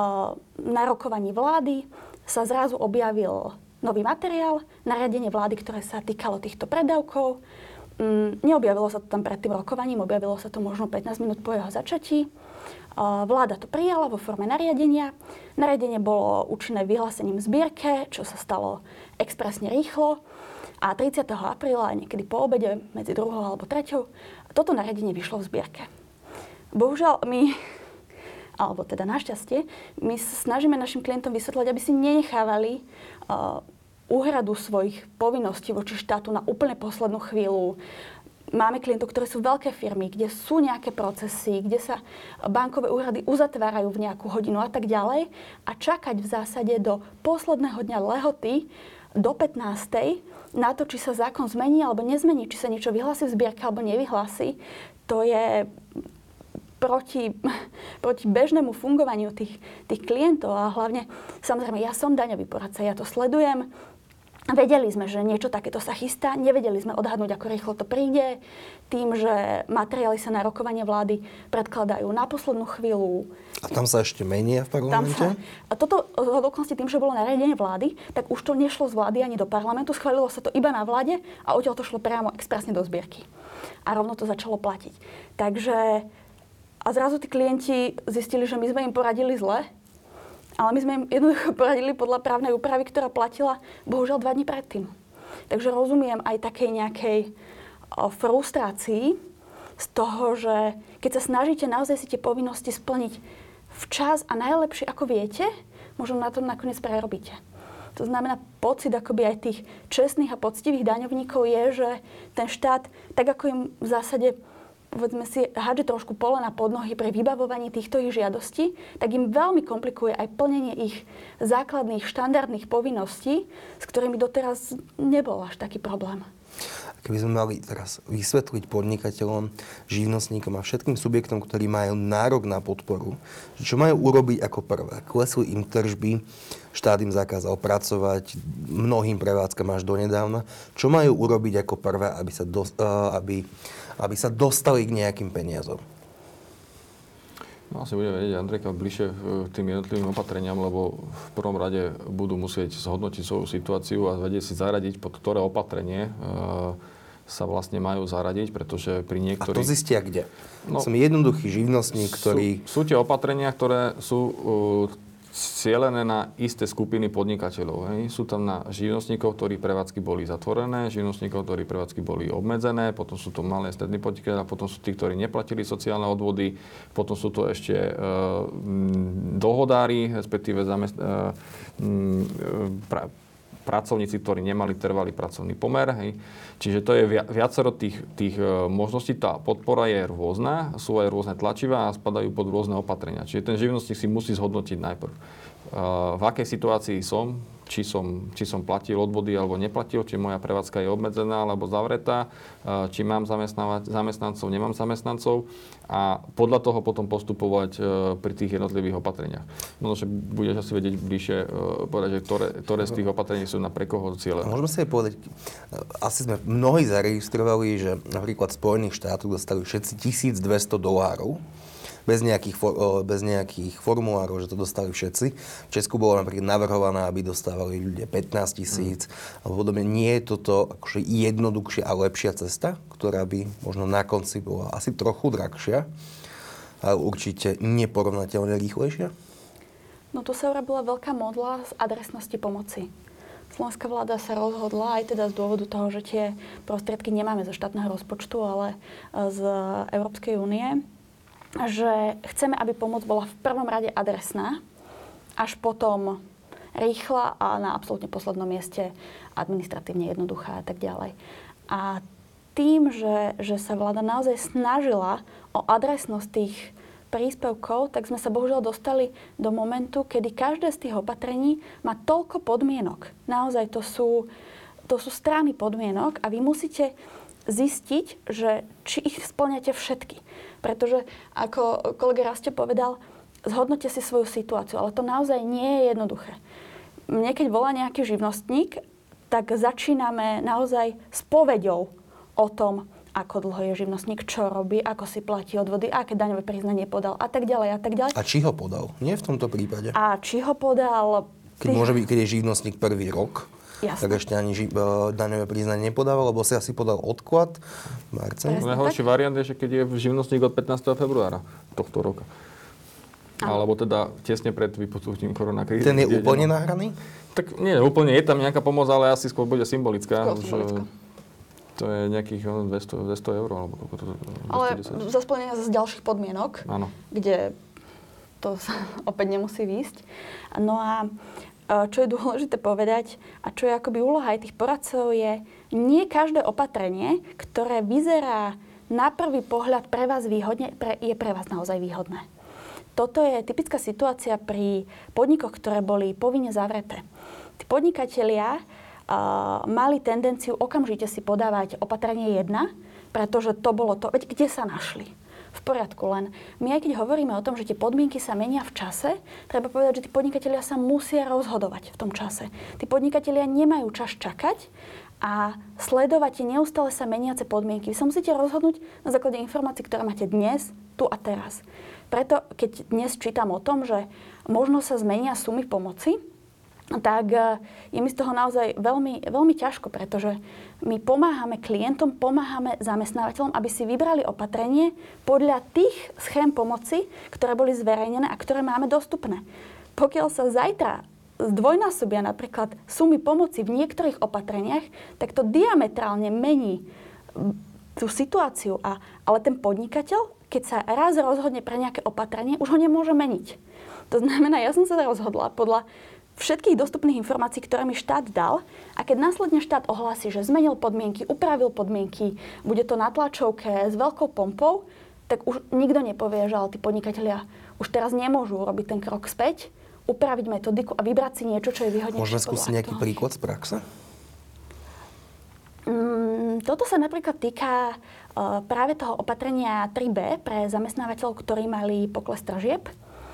na rokovaní vlády sa zrazu objavil nový materiál, nariadenie vlády, ktoré sa týkalo týchto preddavkov. Neobjavilo sa to tam pred tým rokovaním, objavilo sa to možno 15 minút po jeho začatí. Vláda to prijala vo forme nariadenia. Nariadenie bolo účinné vyhlásením v zbierke, čo sa stalo expresne rýchlo. A 30. apríla, niekedy po obede, medzi 2. alebo 3. toto nariadenie vyšlo v zbierke. Bohužiaľ, alebo teda našťastie, my sa snažíme našim klientom vysvetľať, aby si nenechávali úhradu svojich povinností voči štátu na úplne poslednú chvíľu. Máme klientov, ktoré sú veľké firmy, kde sú nejaké procesy, kde sa bankové úrady uzatvárajú v nejakú hodinu a tak ďalej. A čakať v zásade do posledného dňa lehoty, do 15. na to, či sa zákon zmení alebo nezmení, či sa niečo vyhlási v zbierke alebo nevyhlási, to je proti bežnému fungovaniu tých klientov. A hlavne, samozrejme, ja som daňový poradca, ja to sledujem. Vedeli sme, že niečo takéto sa chystá, nevedeli sme odhadnúť, ako rýchlo to príde. Tým, že materiály sa na rokovanie vlády predkladajú na poslednú chvíľu. A tam sa ešte menia v parlamente? A toto dokonca tým, že bolo nariadenie vlády, tak už to nešlo z vlády ani do parlamentu, schválilo sa to iba na vláde a odtiaľ to šlo priamo expresne do zbierky. A rovno to začalo platiť. Takže a zrazu tí klienti zistili, že my sme im poradili zle. Ale my sme im jednoducho poradili podľa právnej úpravy, ktorá platila bohužiaľ 2 dní predtým. Takže rozumiem aj takej nejakej frustrácii z toho, že keď sa snažíte naozaj si tie povinnosti splniť včas a najlepšie ako viete, možno na to nakoniec prerobíte. To znamená, pocit akoby aj tých čestných a poctivých daňovníkov je, že ten štát, tak ako im v zásade povedzme si, hádže trošku polena pod nohy pri vybavovaní týchto ich žiadostí, tak im veľmi komplikuje aj plnenie ich základných štandardných povinností, s ktorými doteraz nebol až taký problém. Keby sme mali teraz vysvetliť podnikateľom, živnostníkom a všetkým subjektom, ktorí majú nárok na podporu, čo majú urobiť ako prvé. Klesli im tržby, štát im zakázal pracovať, mnohým prevádzkam až donedávna. Čo majú urobiť ako prvé, aby sa dostali k nejakým peniazom? No asi budeme vedieť, Andrejka, bližšie k tým jednotlivým opatreniam, lebo v prvom rade budú musieť zhodnotiť svoju situáciu a vedieť si zaradiť, pod ktoré opatrenie sa vlastne majú zaradiť, pretože pri niektorých... A to zistia kde? Som jednoduchý živnostník, ktorý... Sú tie opatrenia, ktoré sú cielené na isté skupiny podnikateľov. Hej. Sú tam na živnostníkov, ktorí prevádzky boli zatvorené, živnostníkov, ktorí prevádzky boli obmedzené, potom sú to malé strední podnikatelia, potom sú tí, ktorí neplatili sociálne odvody, potom sú to ešte dohodári, respektíve pracovníci, ktorí nemali trvalý pracovný pomer. Hej. Čiže to je viacero tých možností. Tá podpora je rôzna, sú aj rôzne tlačivá a spadajú pod rôzne opatrenia. Čiže ten živnostník si musí zhodnotiť najprv, v akej situácii som, či som platil odvody alebo neplatil, či moja prevádzka je obmedzená alebo zavretá, či mám zamestnancov, nemám zamestnancov a podľa toho potom postupovať pri tých jednotlivých opatreniach. Možno, že budeš asi vedieť bližšie povedať, že ktoré z tých opatrení sú na pre koho cieľe. Môžeme si aj povedať, asi sme mnohí zaregistrovali, že napríklad v Spojených štátoch dostali všetci $1,200. Bez nejakých formulárov, že to dostali všetci. V Česku bolo napríklad navrhované, aby dostávali ľudia 15 000. Alebo podobne. Nie je toto akože jednoduchšia a lepšia cesta, ktorá by možno na konci bola asi trochu drahšia, ale určite neporovnateľne rýchlejšia? No tu sa urobila veľká modla z adresnosti pomoci. Slovenská vláda sa rozhodla aj teda z dôvodu toho, že tie prostriedky nemáme zo štátneho rozpočtu, ale z Európskej únie, že chceme, aby pomoc bola v prvom rade adresná, až potom rýchla a na absolútne poslednom mieste administratívne jednoduchá a tak ďalej. A tým, že sa vláda naozaj snažila o adresnosť tých príspevkov, tak sme sa bohužiaľ dostali do momentu, kedy každé z tých opatrení má toľko podmienok. Naozaj to sú strany podmienok a vy musíte zistiť, že či ich spĺňate všetky. Pretože, ako kolega Rasto povedal, zhodnote si svoju situáciu, ale to naozaj nie je jednoduché. Mne, keď volá nejaký živnostník, tak začíname naozaj s povedou o tom, ako dlho je živnostník, čo robí, ako si platí odvody, aké daňové priznanie podal a tak ďalej a tak ďalej. A či ho podal? Nie v tomto prípade. A či ho podal... Keď je živnostník prvý rok, jasne, tak ešte ani daňové priznanie nepodával, lebo si asi podal odklad v marci. Najhorší variant je, že keď je živnostník od 15. februára tohto roka. Alebo teda tesne pred vypuknutím koronakrízy. Ten je úplne nahraný? Tak nie, úplne je tam nejaká pomoc, ale asi skôr bude symbolická. To je nejakých 200 eur, alebo koľko to... 210. Ale za splnenie z ďalších podmienok, áno, kde to opäť nemusí výjsť. No a čo je dôležité povedať a čo je akoby úloha aj tých poradcov je, nie každé opatrenie, ktoré vyzerá na prvý pohľad pre vás výhodne, je pre vás naozaj výhodné. Toto je typická situácia pri podnikoch, ktoré boli povinne zavreté. Tí podnikatelia mali tendenciu okamžite si podávať opatrenie 1, pretože to bolo to, veď kde sa našli. V poriadku, len my aj keď hovoríme o tom, že tie podmienky sa menia v čase, treba povedať, že tí podnikatelia sa musia rozhodovať v tom čase. Tí podnikatelia nemajú čas čakať a sledovať tie neustále sa meniace podmienky. Vy sa musíte rozhodnúť na základe informácií, ktoré máte dnes, tu a teraz. Preto, keď dnes čítam o tom, že možno sa zmenia sumy pomoci, tak je mi z toho naozaj veľmi, veľmi ťažko, pretože my pomáhame klientom, pomáhame zamestnávateľom, aby si vybrali opatrenie podľa tých schém pomoci, ktoré boli zverejnené a ktoré máme dostupné. Pokiaľ sa zajtra zdvojnásobia napríklad sumy pomoci v niektorých opatreniach, tak to diametrálne mení tú situáciu. Ale ten podnikateľ, keď sa raz rozhodne pre nejaké opatrenie, už ho nemôže meniť. To znamená, ja som sa rozhodla podľa všetkých dostupných informácií, ktoré mi štát dal, a keď následne štát ohlási, že zmenil podmienky, upravil podmienky, bude to na tlačovke s veľkou pompou, tak už nikto nepovie, že ale tí podnikatelia už teraz nemôžu robiť ten krok späť, upraviť metodiku a vybrať si niečo, čo je výhodnejšie. Môžeme skúsiť nejaký príklad z praxe? Toto sa napríklad týka práve toho opatrenia 3B pre zamestnávateľov, ktorí mali pokles tržieb.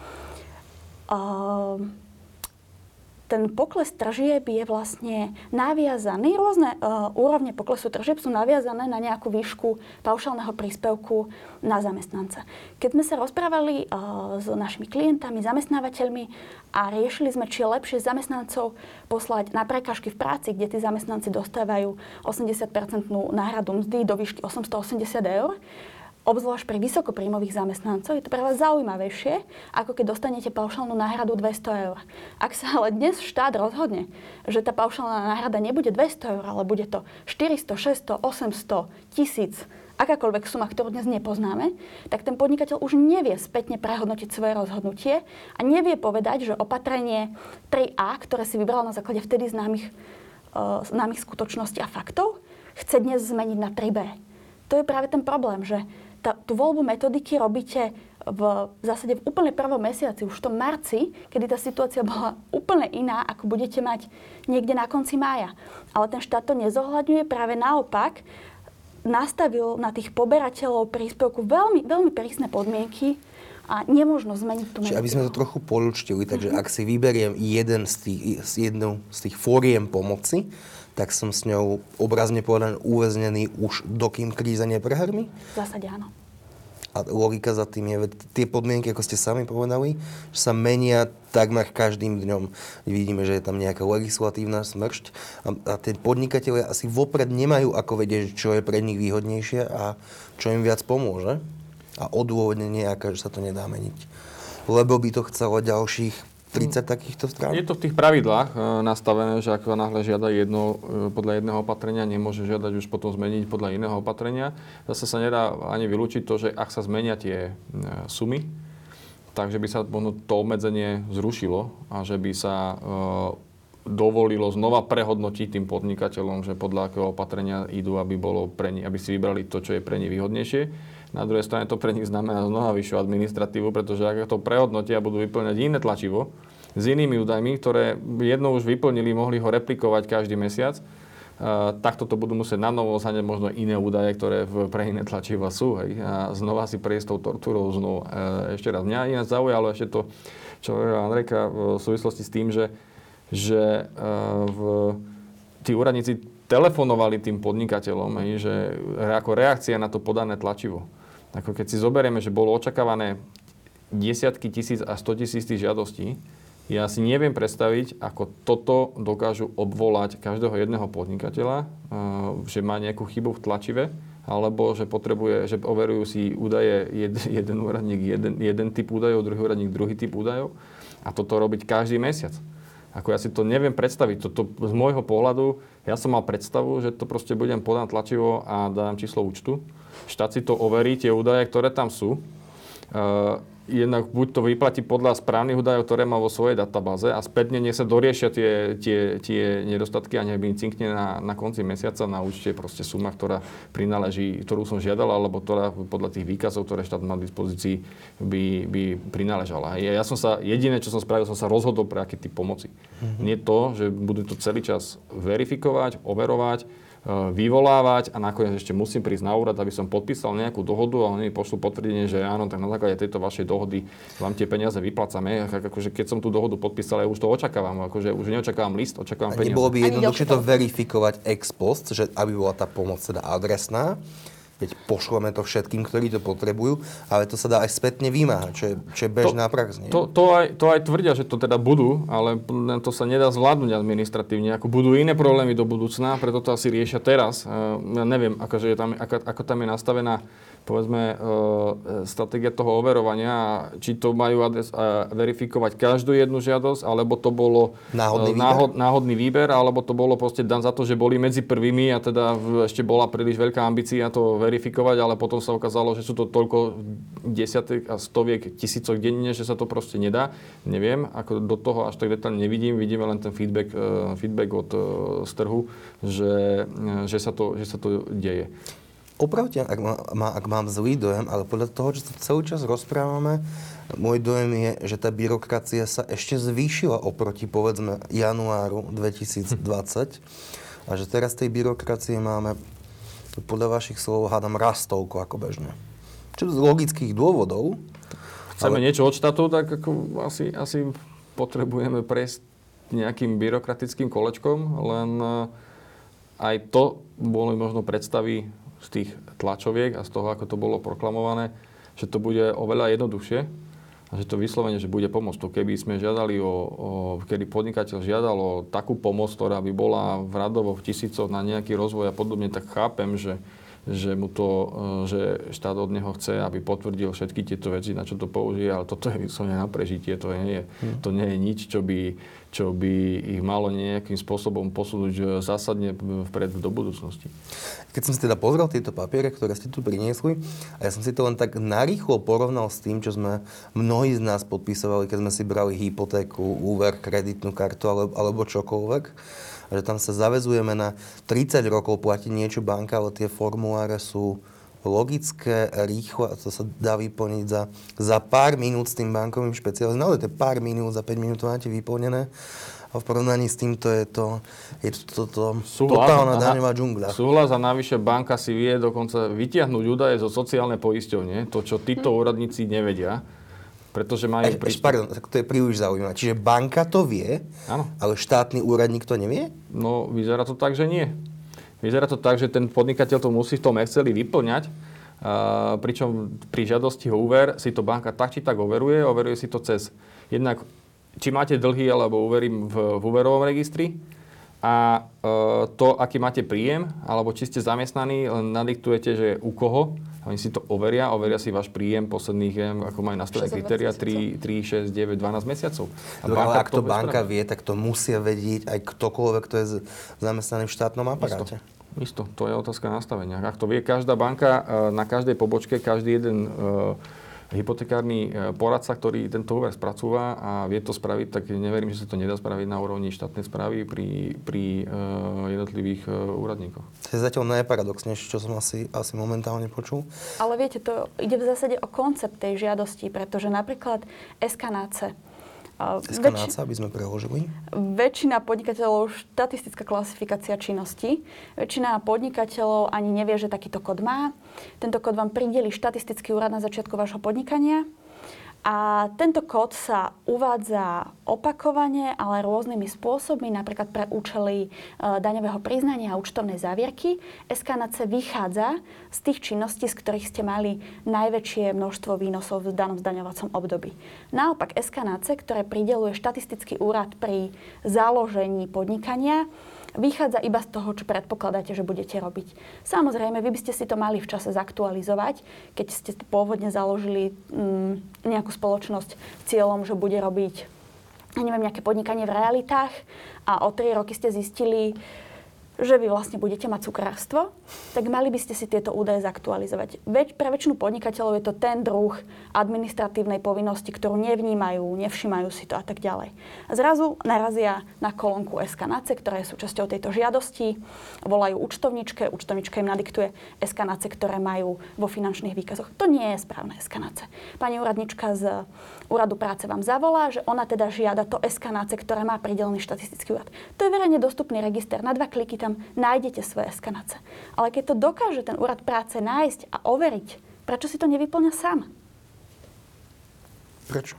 Ten pokles tržieb je vlastne naviazaný, rôzne úrovne poklesu tržieb sú naviazané na nejakú výšku paušálneho príspevku na zamestnanca. Keď sme sa rozprávali s našimi klientami, zamestnávateľmi a riešili sme, či je lepšie zamestnancov poslať na prekážky v práci, kde tí zamestnanci dostávajú 80% náhradu mzdy do výšky 880 eur, obzvlášť pri vysokopríjmových zamestnancov, je to pre vás zaujímavejšie, ako keď dostanete paušálnu náhradu 200 eur. Ak sa ale dnes štát rozhodne, že tá paušálna náhrada nebude 200 eur, ale bude to 400, 600, 800, 1000, akákoľvek suma, ktorú dnes nepoznáme, tak ten podnikateľ už nevie spätne prehodnotiť svoje rozhodnutie a nevie povedať, že opatrenie 3A, ktoré si vybral na základe vtedy známych skutočností a faktov, chce dnes zmeniť na 3B. To je práve ten problém, že tú voľbu metodiky robíte v zásade v úplne prvom mesiaci, už v tom marci, kedy tá situácia bola úplne iná, ako budete mať niekde na konci mája. Ale ten štát to nezohľadňuje, práve naopak nastavil na tých poberateľov príspevku veľmi, veľmi prísne podmienky a nemožno zmeniť tú metodiku. Čiže aby sme to trochu poľučtili, takže ak si vyberiem jednu z tých fóriem pomoci, tak som s ňou obrazne povedané uväznený už dokým kríza neprehrmí? V zásade áno. A logika za tým je, tie podmienky, ako ste sami povedali, že sa menia takmer každým dňom. Vidíme, že je tam nejaká legislatívna smršť a tie podnikatelia asi vopred nemajú ako vedieť, čo je pre nich výhodnejšie a čo im viac pomôže. A odôvodnenie nejaké, že sa to nedá meniť. Lebo by to chcelo ďalších 30 takýchto strán? Je to v tých pravidlách nastavené, že ako náhle žiada podľa jedného opatrenia, nemôže žiadať už potom zmeniť podľa iného opatrenia. Zase sa nedá ani vylúčiť to, že ak sa zmenia tie sumy, takže by sa to obmedzenie zrušilo a že by sa dovolilo znova prehodnotiť tým podnikateľom, že podľa akého opatrenia idú, aby si vybrali to, čo je pre nich výhodnejšie. Na druhej strane to pre nich znamená znova vyššiu administratívu, pretože ak to prehodnotia, budú vyplňať iné tlačivo s inými údajmi, ktoré jedno už vyplnili, mohli ho replikovať každý mesiac. Takto to budú musieť na novo zháňať možno iné údaje, ktoré pre iné tlačiva sú. Hej. A znova si prejsť tou tortúrou znovu. Ešte raz, mňa ináč zaujalo ešte to, čo hovorila Andrejka v súvislosti s tým, že tí úradníci telefonovali tým podnikateľom, že ako reakcia na to podané tlačivo. Ako keď si zoberieme, že bolo očakávané desiatky tisíc a 100 000 tých žiadostí, ja si neviem predstaviť, ako toto dokážu obvolať každého jedného podnikateľa, že má nejakú chybu v tlačive, alebo že overujú si údaje jeden úradník jeden typ údajov, druhý úradník druhý typ údajov a toto robiť každý mesiac. Ako ja si to neviem predstaviť. Toto z môjho pohľadu, ja som mal predstavu, že to proste budem podať tlačivo a dám číslo účtu. Štát si to overí, tie údaje, ktoré tam sú. jednak buď to vyplatí podľa správnych údajov, ktoré má vo svojej databáze a spätne nech sa doriešia tie nedostatky a nech mi cinkne na konci mesiaca na účte proste suma, ktorá prináleží, ktorú som žiadal, alebo ktorá podľa tých výkazov, ktoré štát má v dispozícii, by prináležala. Jediné, čo som spravil, som sa rozhodol pre aký typ pomoci. Nie to, že budem to celý čas verifikovať, overovať, vyvolávať a nakoniec ešte musím prísť na úrad, aby som podpísal nejakú dohodu a oni mi pošlú potvrdenie, že áno, tak na základe tejto vašej dohody vám tie peniaze vyplácame. Akože keď som tú dohodu podpísal, ja už to očakávam. Akože už neočakávam list, očakávam peniaze. A nebolo by jednoduchšie to verifikovať ex post, že aby bola tá pomoc teda adresná, keď pošleme to všetkým, ktorí to potrebujú, ale to sa dá aj spätne vymáhať, čo je bežná prax, nie? To aj tvrdia, že to teda budú, ale to sa nedá zvládnuť administratívne. Ako budú iné problémy do budúcna, preto to asi riešia teraz. Ja neviem, akože ako tam je nastavená povedzme stratégia toho overovania, či to majú verifikovať každú jednu žiadosť, alebo to bolo náhodný výber, alebo to bolo proste dan za to, že boli medzi prvými a teda ešte bola príliš veľká ambícia to verifikovať, ale potom sa ukázalo, že sú to toľko desiatek a stoviek tisícok denne, že sa to proste nedá. Neviem, ako do toho až tak detailne nevidím, vidíme len ten feedback od z trhu, že sa to deje. Opravte, ak mám zlý dojem, ale podľa toho, čo sa celý čas rozprávame, môj dojem je, že tá byrokracia sa ešte zvýšila oproti, povedzme, januáru 2020 a že teraz tej byrokracie máme, podľa vašich slov, hádam, rastovku ako bežne. Čo z logických dôvodov. Chceme niečo od štátu, tak ako asi potrebujeme prejsť nejakým byrokratickým kolečkom, len aj to boli možno predstavy z tých tlačoviek a z toho, ako to bolo proklamované, že to bude oveľa jednoduchšie a že to vyslovene, že bude pomôcť. To keby sme žiadali kedy podnikateľ žiadal o takú pomoc, ktorá by bola v radovo v tisícoch na nejaký rozvoj a podobne, tak chápem, že štát od neho chce, aby potvrdil všetky tieto veci, na čo to použije, ale toto je vyslovene na prežitie, to nie je nič, čo by ich malo nejakým spôsobom posunúť zásadne vpred do budúcnosti. Keď som si teda pozrel tieto papiere, ktoré ste tu priniesli, a ja som si to len tak narýchlo porovnal s tým, čo sme mnohí z nás podpisovali, keď sme si brali hypotéku, úver, kreditnú kartu alebo čokoľvek, a že tam sa zaväzujeme na 30 rokov platiť niečo banka, ale tie formuláre sú logické, rýchle a to sa dá vyplniť za pár minút s tým bankovým špeciálom. No, to je pár minút, za 5 minút to máte vyplnené. A v porovnaní s týmto je to totálna daňová džungľa. Súhlas a navyše banka si vie dokonca vytiahnuť údaje zo sociálnej poisťovne, to, čo títo úradníci nevedia. Pretože majú Pardon, to je príliš zaujímavé. Čiže banka to vie, áno, ale štátny úradník to nevie? No, vyzerá to tak, že nie. Vyzerá to tak, že ten podnikateľ to musí v tom Exceli vyplňať, pričom pri žiadosti o úver si to banka tak či tak overuje si to cez jednak, či máte dlhy alebo úvery v úverovom registri a to, aký máte príjem, alebo či ste zamestnaní, len nadiktujete, že u koho. Oni si to overia si váš príjem posledných, ako majú nastavené kritéria, 3, 6, 9, 12 mesiacov. Ale ak to banka vie, tak to musia vedieť aj ktokoľvek, kto je zamestnaný v štátnom aparáte. Isto, to je otázka nastavenia. Ak to vie každá banka, na každej pobočke, každý jeden hypotekárny poradca, ktorý tento úver spracúva a vie to spraviť, tak neverím, že sa to nedá spraviť na úrovni štátnej správy pri jednotlivých úradníkoch. To je zatiaľ najparadoxnejšie, čo som asi momentálne počul. Ale viete, to ide v zásade o koncept tej žiadosti, pretože napríklad SKNAC, aby sme preložili. Väčšina podnikateľov, štatistická klasifikácia činnosti, väčšina podnikateľov ani nevie, že takýto kód má. Tento kód vám prideli štatistický úrad na začiatku vášho podnikania. A tento kód sa uvádza opakovane, ale rôznymi spôsobmi, napríklad pre účely daňového priznania a účtovnej závierky. SKNAC vychádza z tých činností, z ktorých ste mali najväčšie množstvo výnosov v danom zdaňovacom období. Naopak SKNAC, ktoré prideľuje štatistický úrad pri založení podnikania, vychádza iba z toho, čo predpokladáte, že budete robiť. Samozrejme, vy by ste si to mali v čase zaktualizovať, keď ste pôvodne založili nejakú spoločnosť s cieľom, že bude robiť, nejaké podnikanie v realitách a o 3 roky ste zistili, že vy vlastne budete mať cukrárstvo, tak mali by ste si tieto údaje zaktualizovať. Pre väčšinu podnikateľov je to ten druh administratívnej povinnosti, ktorú nevnímajú, nevšimajú si to a tak ďalej. A zrazu narazia na kolónku SKNACE, ktorá je súčasťou tejto žiadosti, volajú účtovničke im nadiktuje SKNACE, ktoré majú vo finančných výkazoch. To nie je správne SKNACE. Pani úradnička z úradu práce vám zavolá, že ona teda žiada to SKNACE, ktoré má pridelený štatistický úrad. To je verejne dostupný register. Na 2 kliky tam nájdete svoje SKNACE. Ale keď to dokáže ten úrad práce nájsť a overiť, prečo si to nevyplňa sám? Prečo?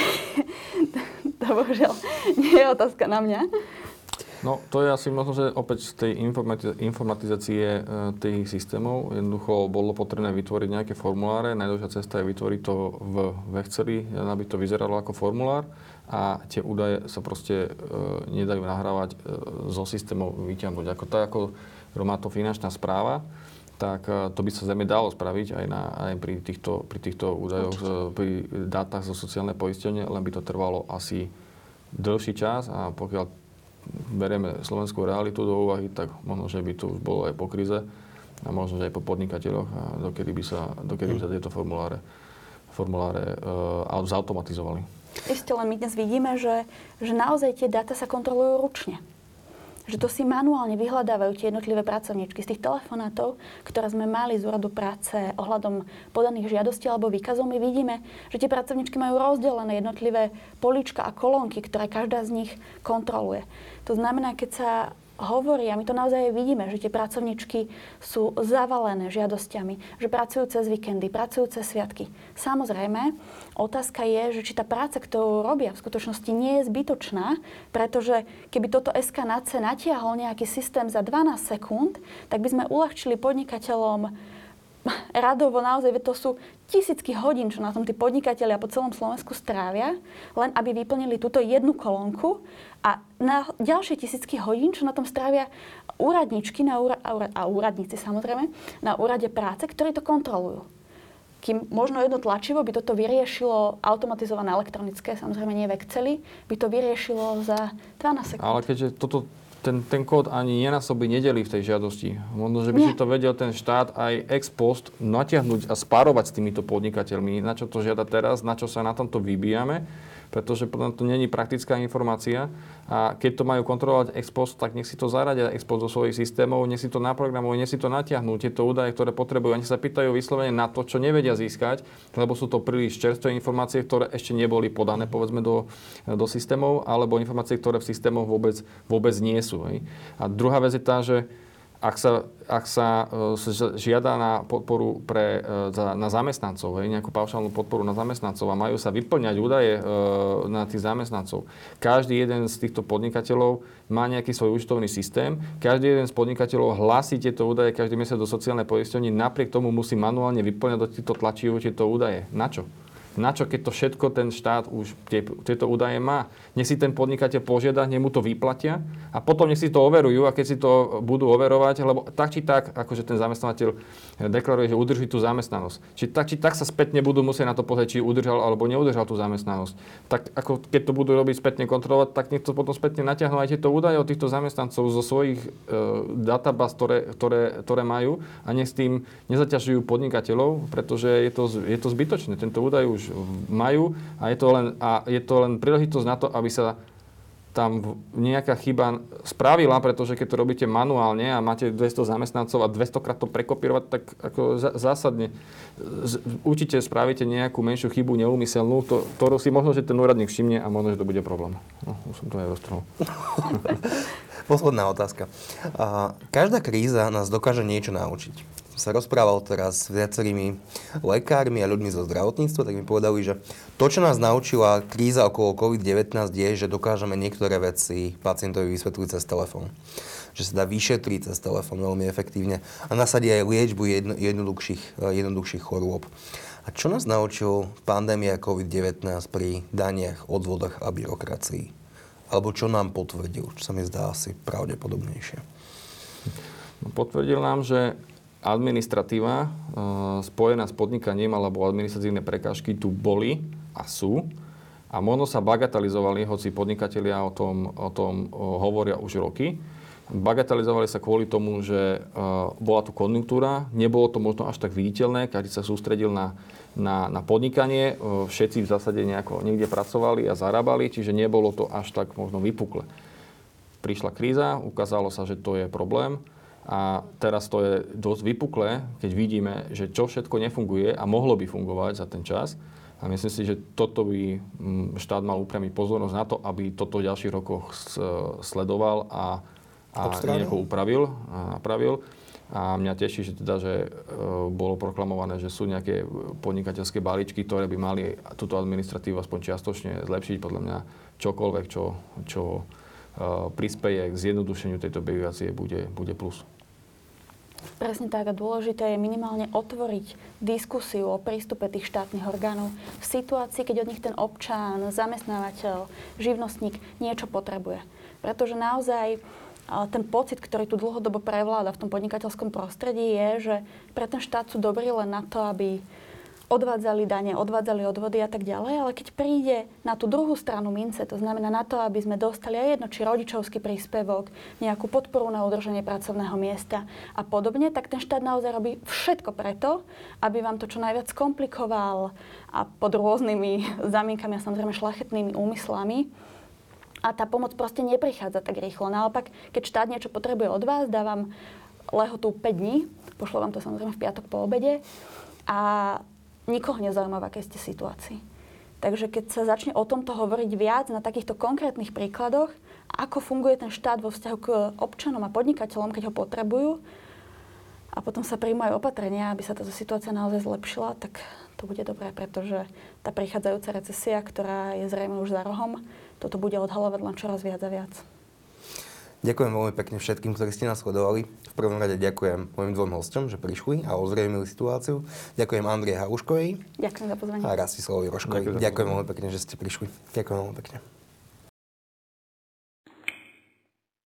To bohužiaľ nie je otázka na mňa. No, to je asi možno, že opäť z tej informatizácie tých systémov jednoducho bolo potrebné vytvoriť nejaké formuláre. Najdôležitá cesta je vytvoriť to v Exceli, aby to vyzeralo ako formulár a tie údaje sa proste nedajú nahrávať zo systémov vyťahnuť. Ako má to finančná správa, tak to by sa zrejme dalo spraviť aj pri týchto údajoch, pri dátach zo sociálnej poistenie, len by to trvalo asi dlhší čas a pokiaľ berieme slovenskú realitu do úvahy, tak možno, že by to už bolo aj po krize a možno, že aj po podnikateľoch a dokedy by sa tieto formuláre zautomatizovali. Ešte len my dnes vidíme, že naozaj tie dáta sa kontrolujú ručne. Že to si manuálne vyhľadávajú tie jednotlivé pracovníčky z tých telefonátov, ktoré sme mali z úradu práce ohľadom podaných žiadostí alebo výkazov. My vidíme, že tie pracovníčky majú rozdelené jednotlivé políčka a kolónky, ktoré každá z nich kontroluje. To znamená, keď sa hovorí, a my to naozaj vidíme, že tie pracovníčky sú zavalené žiadosťami, že pracujú cez víkendy, pracujú cez sviatky. Samozrejme, otázka je, že či tá práca, ktorú robia, v skutočnosti nie je zbytočná, pretože keby toto SKNACE natiahol nejaký systém za 12 sekúnd, tak by sme uľahčili podnikateľom radovo, naozaj, to sú tisícky hodín, čo na tom tí podnikatelia po celom Slovensku strávia, len aby vyplnili túto jednu kolónku a na ďalšie tisícky hodín, čo na tom strávia úradničky a úradníci samozrejme na úrade práce, ktorí to kontrolujú. Kým možno jedno tlačivo by toto vyriešilo automatizované elektronické, samozrejme nie v Exceli, by to vyriešilo za 12 sekúnd. Ale keďže ten kód ani nenásobí nedelí v tej žiadosti. Možno, že by si to vedel ten štát aj ex post natiahnuť a spárovať s týmito podnikateľmi. Na čo to žiada teraz, na čo sa na tomto vybíjame, pretože potom to není praktická informácia a keď to majú kontrolovať ex post, tak nech si to zaradia ex post do svojich systémov, nech si to naprogramujú, nech si to natiahnú, tieto údaje, ktoré potrebujú. Oni sa pýtajú vyslovene na to, čo nevedia získať, lebo sú to príliš čerstvé informácie, ktoré ešte neboli podané, povedzme, do systémov, alebo informácie, ktoré v systémoch vôbec nie sú. Hej. A druhá vec je tá, že ak sa žiada na podporu na zamestnancov, nejakú paušálnu podporu na zamestnancov a majú sa vyplňať údaje na tých zamestnancov. Každý jeden z týchto podnikateľov má nejaký svoj účtovný systém. Každý jeden z podnikateľov hlási tieto údaje každý mesiac do sociálnej poisťovne. Napriek tomu musí manuálne vyplňať do týchto tlačív tieto údaje. Na čo? Na čo, keď to všetko ten štát už tieto údaje má? Nech si ten podnikateľ požiada, nech mu to vyplatia a potom nech si to overujú a keď si to budú overovať, lebo tak či tak, akože ten zamestnávateľ deklaruje, že udrží tú zamestnanosť. Či tak sa spätne budú musieť na to pozrieť, či udržal alebo neudržal tú zamestnanosť. Tak ako keď to budú robiť spätne kontrolovať, tak nech to potom spätne natiahnu aj tieto údaje od týchto zamestnancov zo svojich databáz, ktoré majú a nech s tým nezaťažujú podnikateľov, pretože je to zbytočné. Tento údaj už majú a je to len príležitosť na to, aby sa tam nejaká chyba spravila, pretože keď to robíte manuálne a máte 200 zamestnancov a 200 krát to prekopírovať, tak ako zásadne určite spravíte nejakú menšiu chybu, neúmyselnú, ktorú si možno, že ten úradník všimne a možno, že to bude problém. No, už som to aj roztrhol. Posledná otázka. Každá kríza nás dokáže niečo naučiť. Sa rozprával teraz s viacerými lekármi a ľuďmi zo zdravotníctva, tak mi povedali, že to, čo nás naučila kríza okolo COVID-19 je, že dokážeme niektoré veci pacientovi vysvetliť cez telefón. Že sa dá vyšetriť cez telefón veľmi efektívne a nasadiť aj liečbu jednoduchších chorôb. A čo nás naučil pandémia COVID-19 pri daniach, odvodoch a byrokracii? Alebo čo nám potvrdil, čo sa mi zdá asi pravdepodobnejšie? Potvrdil nám, že administratíva spojená s podnikaním alebo administratívne prekážky tu boli a sú a možno sa bagatelizovali, hoci podnikatelia o tom hovoria už roky. Bagatelizovali sa kvôli tomu, že bola tu konjunktúra, nebolo to možno až tak viditeľné, každý sa sústredil na podnikanie, všetci v zásade niekde pracovali a zarábali, čiže nebolo to až tak možno vypukle. Prišla kríza, ukázalo sa, že to je problém a teraz to je dosť vypuklé, keď vidíme, že čo všetko nefunguje a mohlo by fungovať za ten čas. A myslím si, že toto by štát mal upriamiť pozornosť na to, aby toto v ďalších rokoch sledoval a nejako napravil. A mňa teší, že bolo proklamované, že sú nejaké podnikateľské balíčky, ktoré by mali túto administratívu aspoň čiastočne zlepšiť. Podľa mňa čokoľvek, čo prispeje k zjednodušeniu tejto byrokracie, bude plus. Presne tak, a dôležité je minimálne otvoriť diskusiu o prístupe tých štátnych orgánov v situácii, keď od nich ten občan, zamestnávateľ, živnostník niečo potrebuje. Pretože naozaj ten pocit, ktorý tu dlhodobo prevláda v tom podnikateľskom prostredí, je, že pre ten štát sú dobrí len na to, aby odvádzali dane, odvádzali odvody a tak ďalej, ale keď príde na tú druhú stranu mince, to znamená na to, aby sme dostali aj jedno, či rodičovský príspevok, nejakú podporu na udržanie pracovného miesta a podobne, tak ten štát naozaj robí všetko preto, aby vám to čo najviac komplikoval a pod rôznymi zamienkami a samozrejme šľachetnými úmyslami. A tá pomoc proste neprichádza tak rýchlo. Naopak, keď štát niečo potrebuje od vás, dá vám lehotu 5 dní, pošlo vám to samozrejme v piatok po obede a nikoho nezaujíma, v akej ste situácii. Takže keď sa začne o tomto hovoriť viac na takýchto konkrétnych príkladoch, ako funguje ten štát vo vzťahu k občanom a podnikateľom, keď ho potrebujú, a potom sa príjmu aj opatrenia, aby sa táto situácia naozaj zlepšila, tak to bude dobré, pretože tá prichádzajúca recesia, ktorá je zrejme už za rohom, toto bude odhalovať len čoraz viac a viac. Ďakujem veľmi pekne všetkým, ktorí ste nás sledovali. V prvom rade ďakujem mojim dvom hosťom, že prišli a ozrejmili situáciu. Ďakujem Andrej Haluškovej. Ďakujem za pozvanie. A Rastislavovi Roškovi. Ďakujem veľmi pekne, že ste prišli. Ďakujem veľmi pekne.